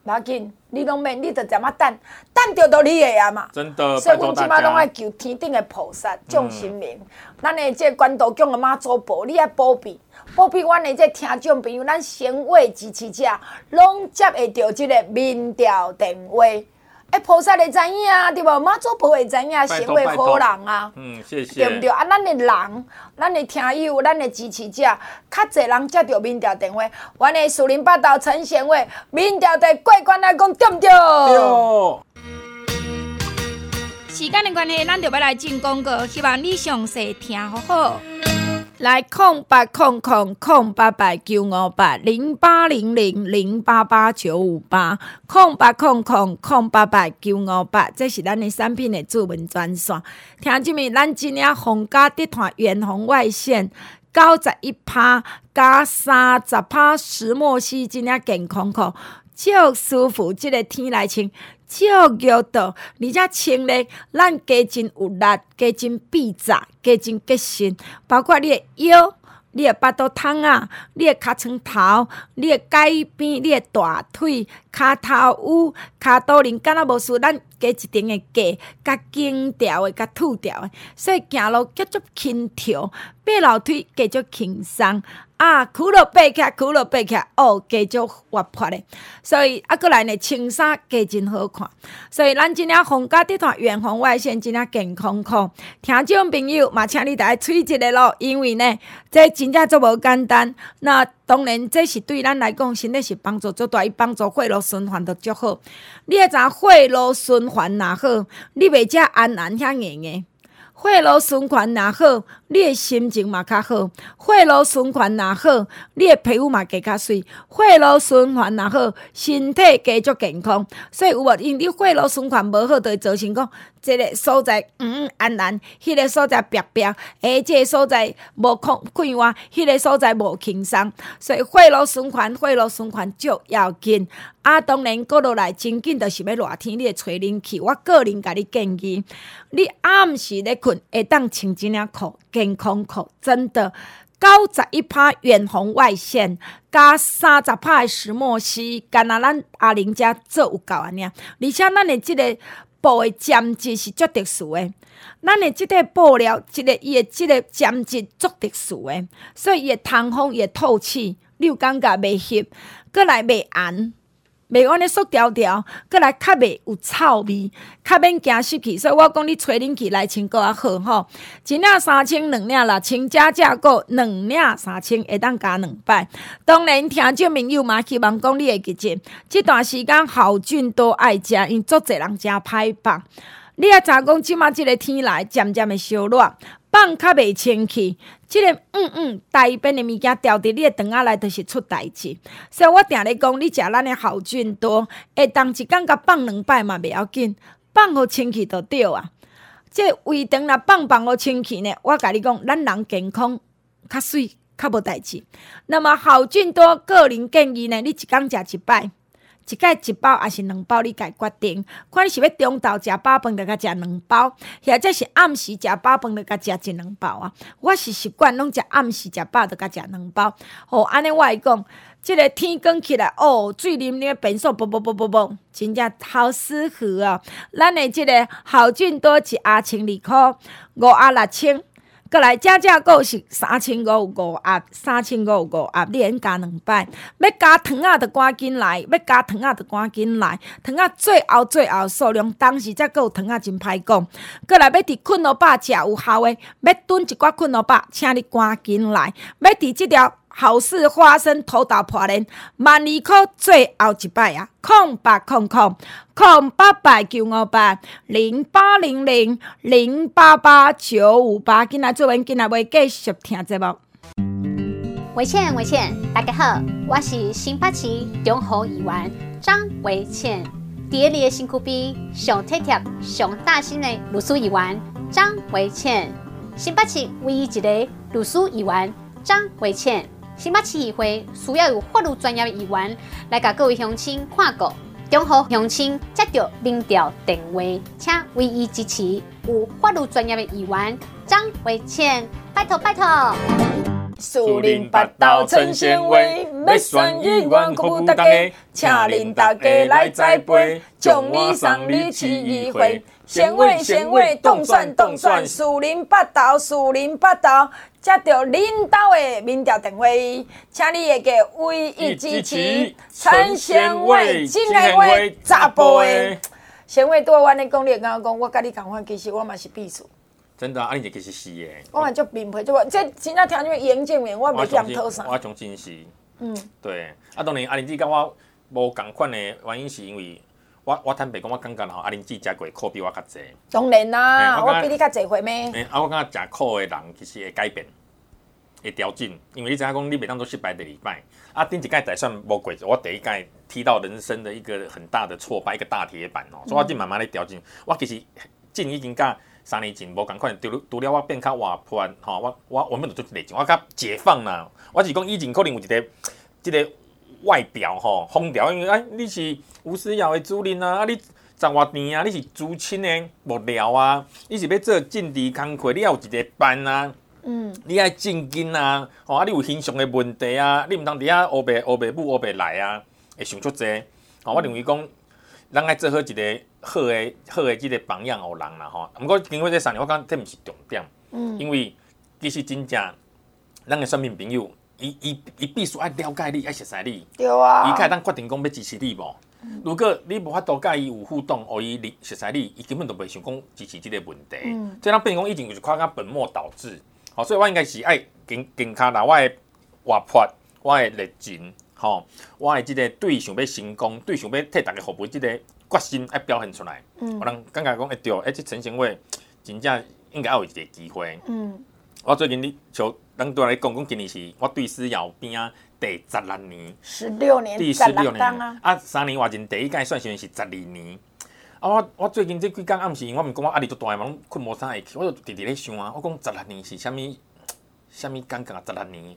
无要紧，你拢免，你着点仔等着到你的啊嘛。 真的， 所以阮拜托大即摆拢爱家。 求天顶的菩萨、众神明，咱的这关渡宫的妈祖婆，你爱保庇。保庇阮的这听众朋友，咱先位支持者，拢接会到即个民调电话。菩萨会知影，对无？妈祖婆会知影，先位好人啊。 谢谢。 对不对？啊，咱的人，咱的听友，咱的支持者，较侪人接到民调电话，阮的树林八道陈贤伟，民调的过关来讲对不对？ 对。 时间的关系，咱就要来进广告，希望你详细听好好。来0800-088-958，0800-088-958，这是咱的产品的主文专线。听即面，咱今仔皇家集团远红外线91%加30%石墨烯，真正健康裤，足舒服。即个天来穿。足热倒，而且穿咧，咱加真有力，加真闭扎，加真结实，包括你的腰、你的巴肚筒啊、你的尻川头、你的改边、你的大腿、骹头有、骹肚鳞，敢若无输咱加一层的架，甲紧条的，甲凸条的，所以行路叫做轻跳，爬楼梯加足轻松。啊，跍落爬起来，哦，加足活泼的，所以啊，过来呢，穿衫加真好看。所以咱今仔皇家集团远红外线真正健康裤，听众朋友嘛，请你来吹一个咯，因为呢，这真正足无简单。那当然，这是对咱来讲，身体是帮助足大，伊帮助血路循环都足好。你会知影血路循环若好，你袂遮安遐硬硬。血路循环若好，你的心情嘛较好；血路循环若好，你的皮肤嘛加较水；血路循环若好，身体加足健康。所以有无？因你血路循环无好，就会造成讲这个所在安然，迄个所在白白，这个所在无困活，迄个所在无轻松。所以血路循环足要紧。啊，当然，过落来真紧，就是要热天，你会吹冷气。我个人甲你建议，你暗时咧困，会当穿这领裤，健康裤，真的91%远红外线，加30%的石墨烯，干那咱阿玲遮做有够安尼。而且咱的即个布的材质是足特殊的，咱的即个布料，伊的即个材质足特殊的，所以伊会通风，伊会透气，你有感觉袂涩，过来袂红。袂安尼缩条条，过来较袂有臭味，较免惊湿气。所以我讲你吹冷气来穿搁较好吼。一领3000，两领6000，加购两领3000，会当加2摆。当然，听众朋友嘛，希望讲你会记住，这段时间好菌都爱食，因足侪人食歹放。你也知讲，即马即个天来渐渐的烧热。放较袂清气，即个大便的物件掉伫你的肠仔内，就是出代志。所以我定咧讲，你食咱的好菌多，会当一工甲放2摆嘛袂要紧，放互清气就对啊。即胃肠若放互清气呢，我甲你讲，咱人健康较水，较无代志。那么好菌多，个人建议呢，你一工食1摆。一盖1包还是2包，你家决定。看你是要中昼食饱饭，就甲食2包；或者是暗时食饱饭，就甲食1、2包啊。我是习惯拢食暗时食饱，就甲食2包。安尼我会讲，即个天光起来，水啉咧变数，啵，真正好舒服啊！咱的即个好菌多1盒1,2块，5盒6000。过来，加购是3505盒，3505盒，你免加2摆。要加糖仔就赶紧来，糖仔最后数量，当时才有糖仔真歹讲。过来要伫困罗巴食有效的，要炖一寡困罗巴，请你赶紧来。要伫即条好事花生土豆破莲，12块最后1摆啊！0800-088-958，今仔做完，今仔要继续听节目。 维倩，大家好，我是新北市中和议员张维倩，伫咧身躯边上体贴、上大心的律师议员张维倩，新北市唯一一个律师议员张维倩。新北市议会需要有法律专业的议员来甲各位乡亲看过。中和乡亲接到民调电话，请唯一支持有法律专业的议员张维倩，拜托。 树林八斗陈先话，要选议员服务大家，请恁大家来栽培，将你送你市议会。先话先话，当选，树林八斗，接到领导的民调电话，请你会给唯一支持陈先话，真的话查甫的。先话对我咧讲，你会感觉讲，我甲你同款，其实我嘛是秘书。 真的啊，你其实是的。 我嘛足面皮，这真正听你严正面，我袂嫌讨啥。 我相信是。对。啊，当然阿玲姐甲我无共款的原因，是因为我坦白讲，我感觉吼阿玲姐食过苦比我较济。 当然啦，我比你较济回咩？ 我感觉食苦的人其实会改变，会调整，因为你知影讲你袂当做失败第二摆。啊，顶一届大选无过，我第一届踢到人生的一个很大的挫败，一个大铁板哦，所以我正慢慢咧调整。我其实进已经甲3年前无共款，除了我变较活泼吼，我原本就做一个前，我较解放啦。我是讲以前可能有一个外表吼风调，因为你是吴思瑶的主任啊，你十外年啊，你是资深的幕僚啊，你是要做政治工作，你要有一个班啊。你爱正经啊，你有形象的问题啊，你毋通伫遐乌白母乌白来啊，会想足济。我认为讲，咱爱做好一个好的即个榜样互人啦吼。毋过经过这3年，我感觉这毋是重点，因为其实真正咱的选民朋友，伊必须爱了解你，爱熟悉你， 对啊， 伊才会当决定讲要支持你无。如果你无法度甲伊有互动，互伊熟悉你，伊根本就袂想讲支持即个问题。所以咱变成讲以前就是看甲本末倒置。所以我应该是爱坚卡啦，我的活泼，我的热情，我的即个对想要成功，对想要替大家服务即个决心爱表现出来。我人感觉讲会对，这陈先话真正应该要有一个机会。我最近像咱对来讲，今年是我对思瑶边啊第16年 ，16年， 第16年啊，3年外前第一届选选是12年。我最近这几天暗时，我毋讲我压力足大，拢困无啥会去，我就直直咧想啊。我讲16年是啥物感觉啊？16年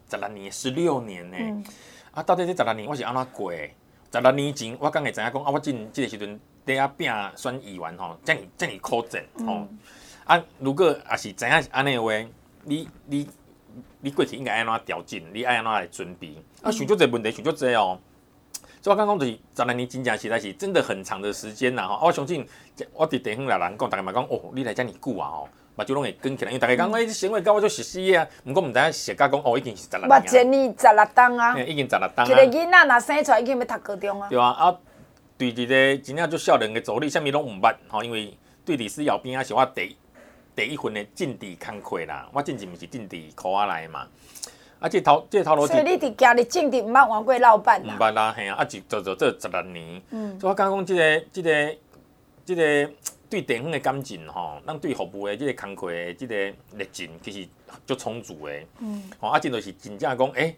16年呢？到底这16年我是安怎过？16年前我刚会知影讲我进这个时阵伫遐拼选议员吼，遮尔苦战吼。如果也是知影安尼话，你过去应该安怎调整？你爱安怎来准备？想足侪问题，想足侪哦。所以我刚讲就是16年真正实在是真的很长的时间啦吼，我相信我伫地方来人讲，大家嘛讲哦，你来遮尔久啊吼，目睭拢会卷起来，因为大家讲这生活甲我做熟悉啊，毋过毋知影实甲讲哦，已经是16年啊。 目前你16档啊， 已經16檔啊。 一個囡仔若生出來已經要讀高中啊。 對啊，對一個真正足少年嘅助理，啥物攏毋捌吼，因為對歷史後邊啊是我第一份嘅政治工作啦，我之前毋是政治科仔來嘛。這頭路， 所以你佇家裡政治毋捌換過老闆啦。 毋捌啦，係啊，就做16年。所以我感覺講這個對地方的感情吼，咱對服務的這個工作的這個熱情，其實足充足的。真就是真正講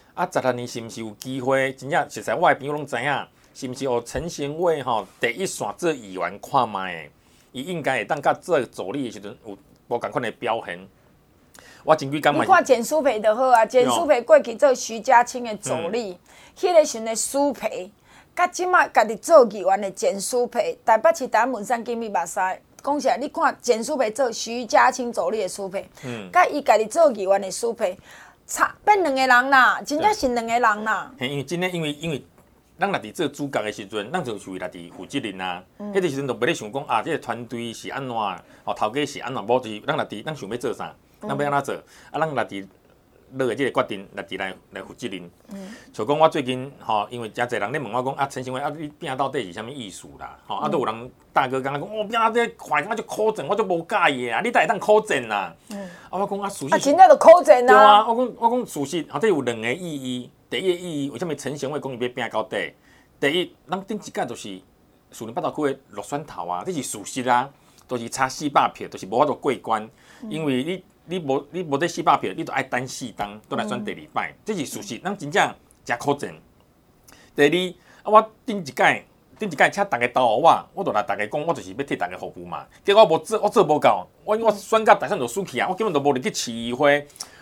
16年是毋是有機會？真正實在我的朋友攏知影，是毋是有陳先話吼第一線做議員看賣的，伊應該會當甲做助理的時陣有無共款的表現。我真幾感覺。 你看簡舒培就好啊，簡舒培過去做徐家清的助理，迄個時陣的舒培，甲即馬家己做議員的簡舒培，台北市台灣文山警秘目屎。講起來，你看簡舒培做徐家清助理的舒培，甲伊家己做議員的舒培，差變兩個人啦，真正是兩個人啦。 因為真的，因為咱若佇做主角的時陣，咱就是為了佇負責任啊。迄個時陣就袂咧想講這個團隊是安怎，頭家是安怎，無就是咱想要做啥。咱要安怎做？咱落地落個這個決定，落地來負責任。像講我最近因為真濟人咧問我講陳先話你拼到底是啥物意思啦？都有人大哥講我拼到底快感覺就苦戰，我就無介意啊！你哪會當苦戰啦？我講事實。 真正就苦戰啊！ 對啊，我講事實，這有兩個意義。第一個意義，為什麼陳先話講伊要拼到底？第一，咱頂一屆就是樹林北投區的落選頭啊，這是事實啊，都是差400票，就是無法度過關，因為你無這400票，你就愛等4檔，都來選第2擺，這是事實。咱真正真苦戰。第二，我頂一屆請大家投我就來大家講，我就是要替大家服務嘛。結果我做無夠，我選到大選就輸去啊，我根本就無入去市議會，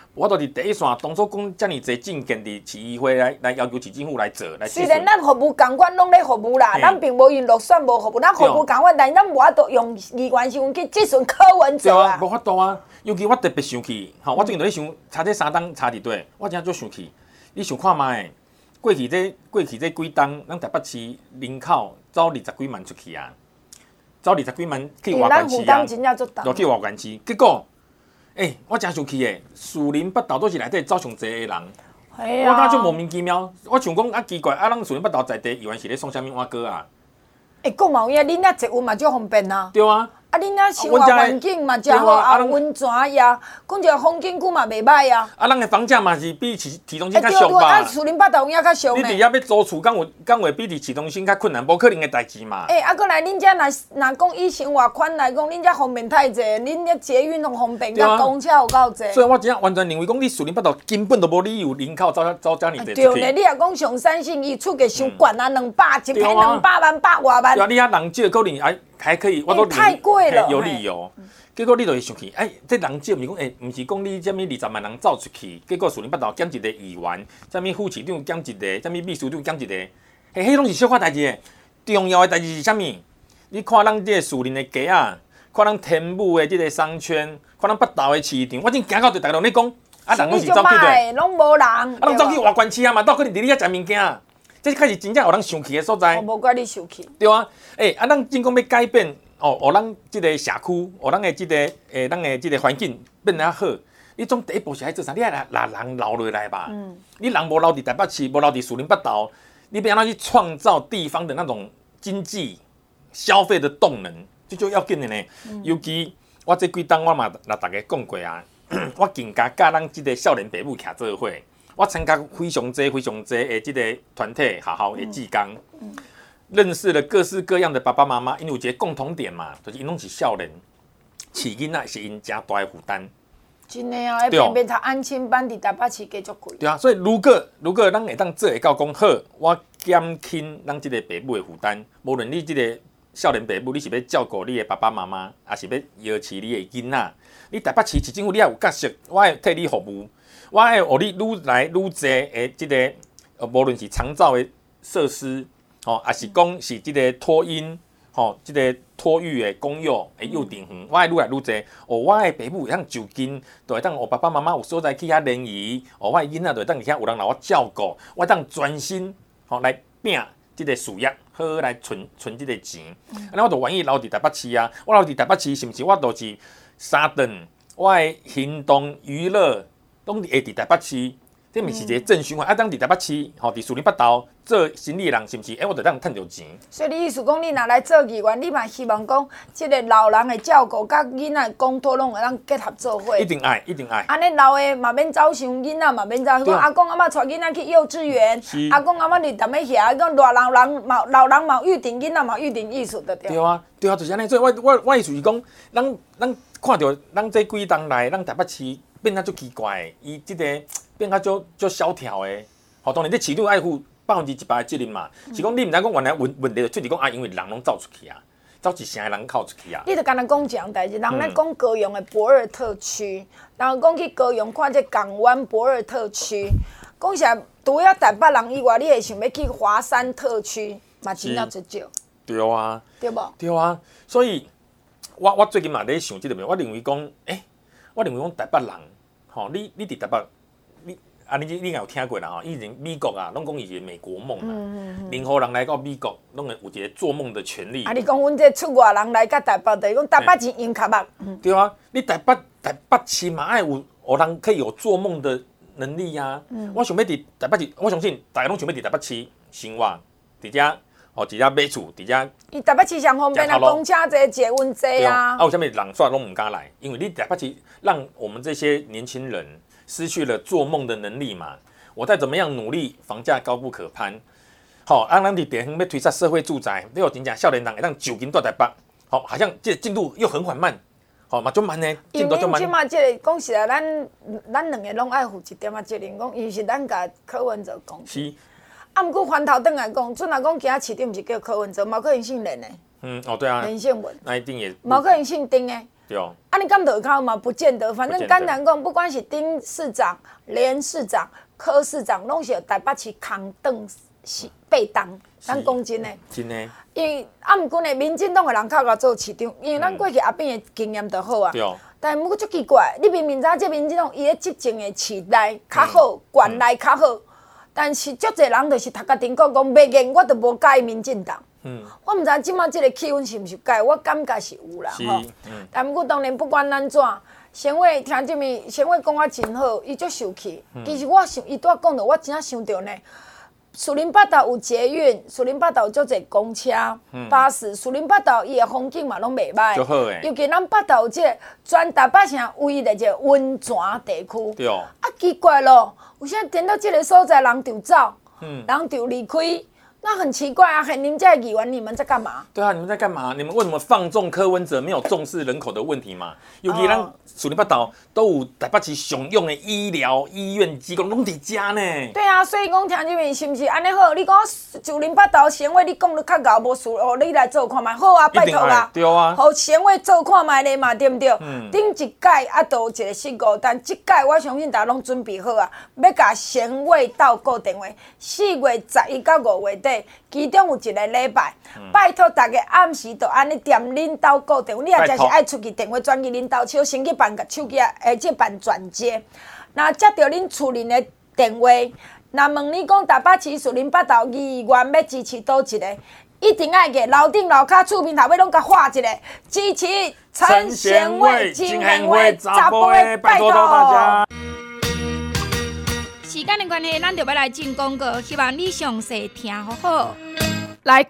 我就是第一线，当初讲遮尔侪证件伫市议会来要求市政府来做，来。 虽然咱服务共款拢咧服务啦，咱并无用落选无服务，咱服务共款，但是咱无法度用议员身份去质询柯文哲啊。 无法度啊！尤其我特别生气，吼，我最近就咧想，差这3档差伫底，我真足生气。你想看卖？过去这几档，咱台北市人口走20几万出去啊，走20几万去外县市啊，落去外县市，结果，我真生气诶！树林北投都是内底走上济个人，我感觉就莫名其妙。我想讲奇怪，咱树林北投在地议员是咧送啥物碗糕啊？ 讲嘛有影，恁遐坐温嘛足方便啊。 对啊。 恁遐生活环境嘛真好，也温泉呀，讲一个风景区嘛袂歹啊。 咱的房价嘛是比市中心较俗吧？ 树林北投影较俗呢。 你伫遐要租厝，敢会比伫市中心较困难？无可能的代志嘛。 过来恁遮若讲以生活款来讲，恁遮方便太济，恁遮捷运拢方便，甲公车有够济。 所以我真正完全认为讲，你树林北投根本都无理由人口走遮尔济出去。 对咧，你若讲上三线，伊厝价伤悬啊，200，一平200万、100外万。 对啊，你遐人少可能还可以，我都太贵了， 有理由。结果你就会想起，这人少，毋是讲，毋是讲你什么20万人走出去，结果树林北投减一个议员，什么副市长减一个，什么秘书长减一个，迄拢是小可代志诶。重要诶代志是啥物？你看咱这个树林诶街啊，看咱天母诶这个商圈，看咱北投诶市场，我真行到对大家拢咧讲，人拢是走去对，拢无人， 拢走去外县市啊嘛，倒可能伫你遐食物件。这开始真正互人生气的所在。 我无怪你生气。 对啊，咱真讲要改变，互咱即个社区，互咱的即个咱的即个环境变得好。你总第一步是爱做啥？你爱拿人留落来吧。你人无留伫台北市，无留伫树林北投，你要安怎去创造地方的那种经济消费的动能？这就要紧的呢。尤其我这几档我嘛甲大家讲过啊，我更加甲咱即个少年爸母徛做伙。我参加非常多的这个团体学校的志工，认识了各式各样的爸爸妈妈，因为有一个共同点嘛，就是因拢是少年，饲囡仔是因真大的负担。 真的啊，偏偏读安亲班伫台北市加足贵。 对啊，所以如果咱会当做会到讲好，我减轻咱即个爸母的负担，无论你即个少年爸母，你是要照顾你的爸爸妈妈，还是要摇饲你的囡仔，你台北市市政府你也有角色，我会替你服务。我爱学你愈来愈侪的即个，无论是长照的设施，还是讲是即个托婴，即个托育的公幼的幼稚园，我爱愈来愈侪。我的爸母会当就近，就会当我爸爸妈妈有所在去遐联谊，我的囡仔就会当去遐有人来我照顾，我当专心来拼即个事业，好好来存即个钱。安尼我就愿意留伫台北市啊！我留伫台北市，是毋是我就是三顿，我的行动娱乐。拢会伫台北市，这毋是一个正循环。当伫台北市，伫树林北投做生意的人，是毋是？我就当趁到钱。 所以你意思讲，你若来做议员，你嘛希望讲，即个老人的照顾，甲囡仔的公托拢会当结合做伙。 一定爱，一定爱。 安尼老的嘛免走伤，囡仔嘛免走。讲阿公阿嬷带囡仔去幼稚园，阿公阿嬷伫踮咧遐，讲老人嘛预定，囡仔嘛预定，意思对对。 对啊，对啊，就是安尼。所以我意思是讲，咱看到咱这几档来，咱台北市。变啊足奇怪，伊即个变啊足萧条的。当然，你市长爱负100%的责任嘛。是讲你毋知讲原来问题就出伫讲因为人拢走出去啊，走一城的人口出去啊。 你就敢若讲一样代志，人咧讲高雄的博尔特区，然后讲去高雄看这港湾博尔特区，讲啥除了台北人以外，你会想要去华山特区，嘛真了足少。 对啊。 对无？ 对啊，所以我最近嘛咧想即个问题，我认为讲，我认为讲台北人，你伫台北，你有听过啦？以前美国啊，拢讲伊是美国梦嘛。任何人来到美国，拢会有一个做梦的权利。 你讲阮这出外人来到台北，就是讲台北真用较目。 对啊，你台北市嘛爱有人可以有做梦的能力啊。我想要伫台北市，我相信大家拢想要伫台北市生活，伫遮。伫遮买厝，伫遮。伊台北市上方便啊，公车坐，捷运坐啊。 有啥物人煞拢唔敢来？因为你台北市让我们这些年轻人失去了做梦的能力嘛。我再怎么样努力，房价高不可攀。咱伫地方要推出社会住宅，你有真正少年人会当就近到台北，好像这进度又很缓慢，嘛足慢呢，进度足慢。 因为即马这个讲实在，咱两个拢爱负一点责任，讲伊是咱甲柯文哲讲。 是。 毋过翻头转来讲，阵若讲今仔市长毋是叫柯文哲，嘛可能姓连的。 对啊。 连姓文。 那一定也。 嘛可能姓丁的。 对。 啊，你敢落口嘛？不见得，反正简单讲，不管是丁市长、连市长、柯市长，拢是台北市空凳背当，咱讲真诶。 真诶。 因为毋过呢，民进党诶人较甲做市长，因为咱过去阿扁诶经验就好啊。 对。 但毋过足奇怪，你明明知影这民进党伊咧执政诶市内较好，原来较好，但是足侪人就是头壳顶讲袂言，我就无介意民进党。我毋知即马即个气氛是毋是改，我感觉是有啦吼。但毋过当然不管安怎，贤惠听这面贤惠讲啊真好，伊足受气。其实我想伊拄仔讲到，我真正想到呢。树林北投有捷运，树林北投有足侪公车、巴士，树林北投伊的风景嘛拢袂歹， 足好诶。 尤其咱北投有即个全台北城唯一的一个温泉地区。 对。啊， 奇怪咯，有啥点到即个所在人就走，人就离开。那很奇怪啊！你们这议员，你们在干嘛？ 对啊，你们在干嘛？你们为什么放纵柯文哲，没有重视人口的问题嘛？尤其咱树林北投都有台北市上用的医疗医院机构，拢伫遮呢。 对啊，所以讲听这边是不是安尼好？你讲树林北投贤惠，你讲得较厚，无事哦，你来做看卖，好啊，拜托啦。 对啊。 互贤惠做看卖咧嘛，对不对？顶一届啊，都有一个失误，但即届我相信大家拢准备好啊，要甲贤惠斗固电话，4月11到5月底。其中有一个礼拜，拜托大家暗时就安尼踮恁兜固电话，你也真是爱出去电话转去恁兜手，先去办个手机啊，而且办转接。若接到恁厝人的电话，若问你讲台北市树林北投议员要支持倒一个，一定爱个楼顶楼骹厝边头尾拢甲画一个支持陈贤惠、金贤惠查甫的，拜托大家。 时间的关系，咱就要来进广告，希望你详细听好好。来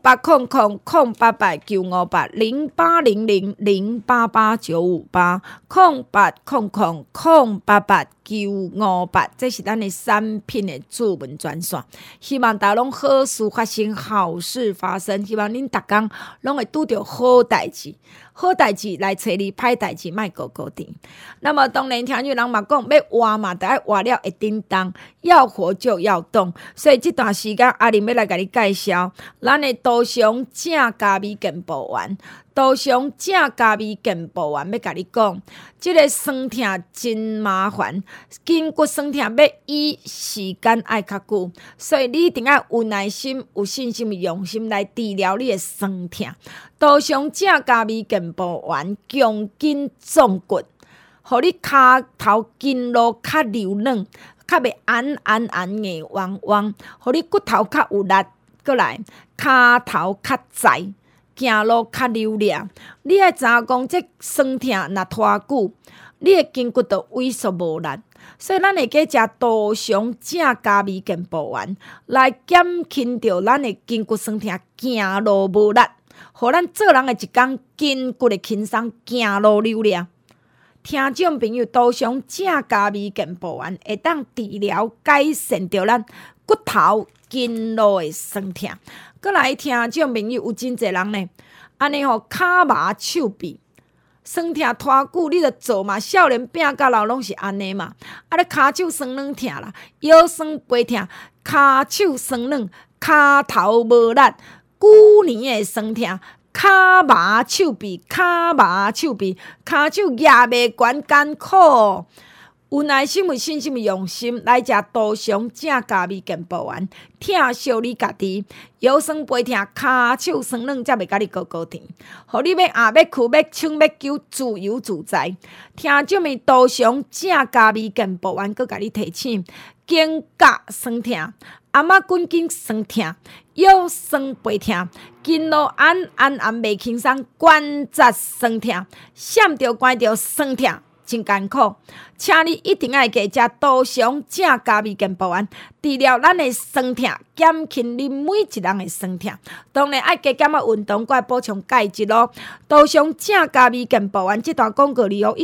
0800-088-958，0800-088-958，这是咱的产品的主文专线。希望大家拢好事发生，好事发生。希望恁逐工拢会拄着好代志。好代志来找你，歹代志莫高甜。那么当然，听有人嘛讲，要活嘛，就要活了会叮当，要活就要动。所以这段时间，阿玲要来甲你介绍咱的高雄正嘉味健保丸。高雄正嘉味健保丸要甲你讲，这个酸痛真麻烦，筋骨酸痛要医时间爱较久，所以你一定要有耐心、有信心、用心来治疗你的酸痛。高雄正嘉味健保丸强筋壮骨，互你骹头筋路较柔软，较袂硬硬汪汪，互你骨头较有力，过来骹头较在。行路较流利，你爱知影讲，这酸痛若拖久，你的筋骨就萎缩无力。所以咱会加食高雄正嘉味健保丸，来减轻着咱的筋骨酸痛，行路无力，互咱做人的一天筋骨的轻松，行路流利。听众朋友，高雄正嘉味健保丸会当治疗改善着咱骨头筋路的酸痛。过来听众朋友，有真侪人呢，安尼吼骹麻手臂酸痛拖久，你着做嘛，少年病到老拢是安尼嘛。啊，你骹手酸软痛啦，腰酸背痛，骹手酸软，骹头无力，久年的酸痛。骹麻手臂，骹手压袂悬，艰苦。有耐心、有信心、有用心来食高雄正嘉味健保丸，疼惜你家己，腰酸背痛、骹手酸软，才袂甲你高甜，互你要压、要哭、要唱、要叫，自由自在。听这面高雄正嘉味健保丸，佮甲你提醒：肩胛酸痛、阿妈滚筋酸痛、腰酸背痛、筋路硬袂轻松、关节酸痛、闪着关着酸痛。真艰苦，请你一定要加食高雄正嘉味健保丸，治疗咱的酸痛，减轻你每一人的酸痛。当然爱加减啊运动，佮补充钙质咯。高雄正嘉味健保丸这段广告里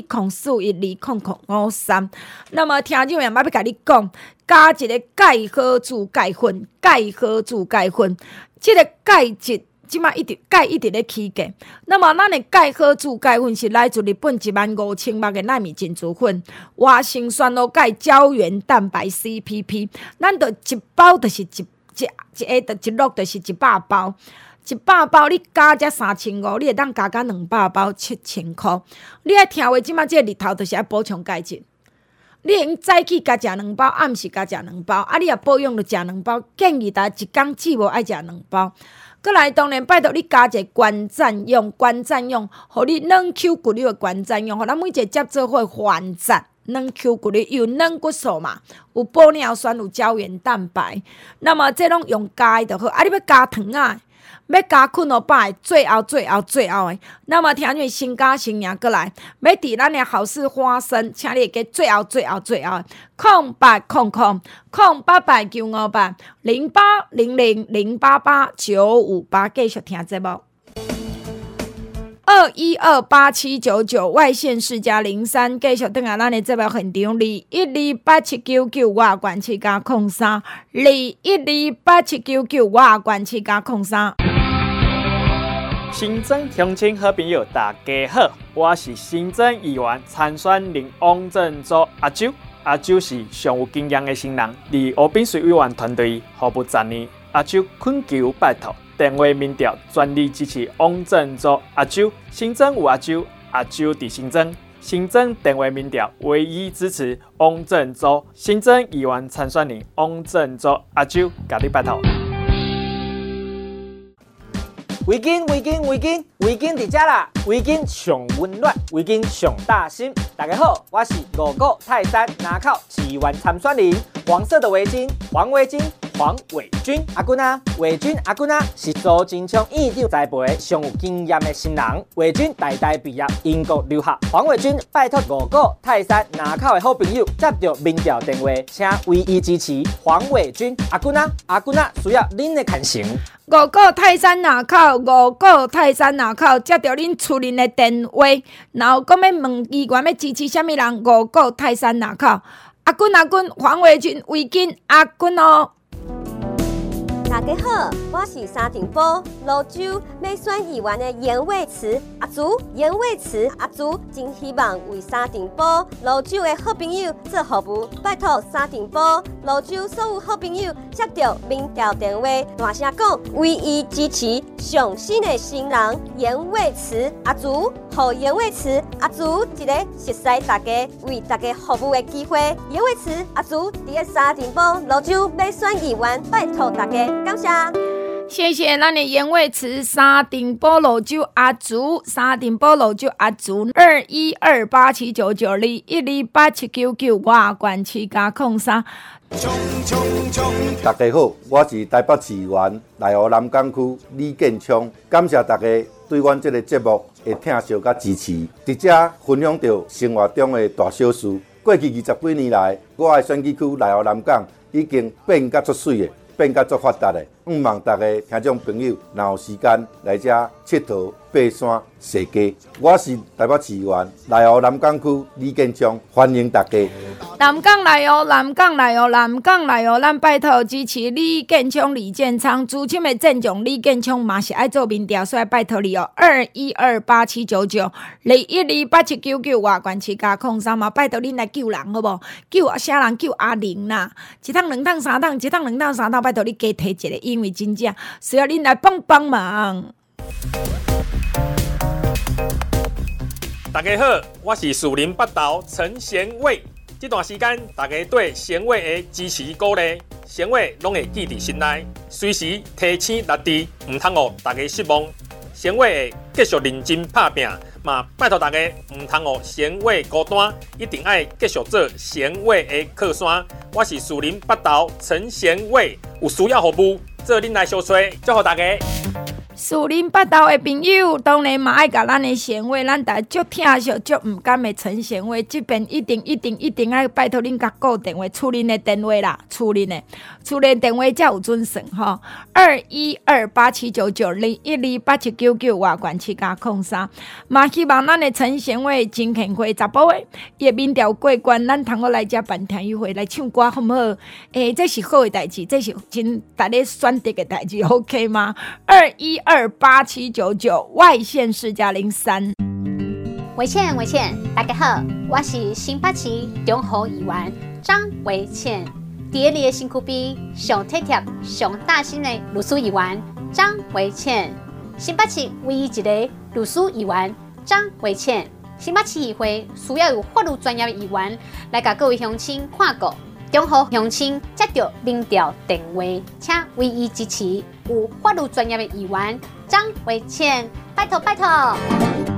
104120053。那么听众们，要甲你讲，加一个钙好珠钙粉，这个钙质。即马钙一直咧起价，那么咱的钙好珠钙粉是来自日本15000目的纳米珍珠粉，活性酸露钙胶原蛋白 CPP， 咱就一包就是一盒就是100包， 100包你加才3500，你会当加200包7000块。你爱听话，即马这个日头就是爱补充钙质。你用早起加食2包，暗时加食2包，啊，你若保养就食2包。建议大家一天至无爱食2包。过来，当然拜托你加一个关赞用，互你软 Q 骨力的关赞用，互咱每一个接做伙还赞。软 Q 骨力有软骨素嘛，有玻尿酸，有胶原蛋白。那么这拢用加就好，啊，你要加糖啊？要加困落摆，最后的。那么听见新加新赢过来，要伫咱的好事花生，请你给最后的。0800-0800-0888-958，继续听节目。2128799外线4加03，继续等下咱的节目现场2128799外关7加03 2128799外关7加03。 新增乡亲好朋友大家好，我是新增议员参选人王振祖阿周。阿周是上有经验的新人，伫湖滨水委员团队服务10年。阿周恳求拜托。电话民调全力支持王振祖阿周，新增有阿周，阿周伫新增。新增电话民调唯一支持王振祖，新增议员参选人王振祖阿周，甲你拜托。 围巾伫遮啦！围巾上温暖，围巾上大心。大家好，我是五股泰山南口市议员参选人，黄色的围巾，黄围巾。黄伟军阿君啊，伟军阿君啊，是苏贞昌院长栽培上有经验的新人。伟军代代毕业英国留学。黄伟军拜托五股泰山南口的好朋友接到民调电话，请唯一支持黄伟军阿君啊，阿君啊，需要恁的牵成。 五股泰山南口接到恁厝人的电话，然后讲要问议员要支持什么人？五股泰山南口阿君，黄伟军围巾阿君哦。 大家好，我是三重埔蘆洲要选议员的严伟慈阿竹，真希望为三重埔蘆洲的好朋友做服务，拜托三重埔蘆洲所有好朋友接到民调电话，大声讲唯一支持上新的新人严伟慈阿竹，互严伟慈阿竹一个熟悉大家、为大家服务的机会。严伟慈阿竹伫个三重埔蘆洲要选议员，拜托大家。感谢， 谢谢咱的严伟慈三重埔蘆洲阿竹212879921287992外关7加03。 大家好，我是台北市议员内湖南港区李建昌，感谢大家对阮这个节目的听惜甲支持，伫遮分享到生活中的大小事。过去20几年来，我的选举区内湖南港已经变甲足水的。变甲足发达的，望大家听众朋友，若有时间来遮佚佗、爬山、踅街。我是台北市议员内湖南港区李建昌，欢迎大家。 南港来哦，咱拜托支持李建昌、李建昌，资深的镇长李建昌嘛是爱做民调，所以拜托你哦，212879921287999外关7加03嘛，拜托恁来救人好无？救啥人？救阿玲啦！一趟、两趟、三趟，拜托你加提一个，因为真正需要恁来帮忙。 大家好，我是树林北投陈贤伟。这段时间，大家对贤伟的支持鼓励，贤伟拢会记伫心内，随时提醒力治，唔通互大家失望。贤伟会继续认真打拼，嘛拜托大家唔通互贤伟孤单，一定爱继续做贤伟的靠山。我是树林北投陈贤伟，有需要服务，做恁来相找，祝福大家。 树林北投的朋友，当然嘛爱甲咱的贤伟，咱大足疼惜、足毋甘的陈贤伟，这边一定爱拜托恁甲顾电话，厝恁的电话啦，厝恁的电话才有准算吼。212879921287999外关7加03，嘛希望咱的陈贤伟真幸会查甫的，伊的民调过关，咱通我来遮办听友会来唱歌好毋好？这是好的代志，这是真大家选择的代志 ，OK 吗？2128799外线4加03。 维倩，大家好，我是新北市中和议员张维倩，伫个你的身躯边上体贴、上大心的律师议员张维倩。新北市唯一一个律师议员张维倩。新北市议会需要有法律专业的议员来甲各位乡亲看顾。中和乡亲接到民调电话，请唯一支持有法律专业的议员张维倩，拜托拜托。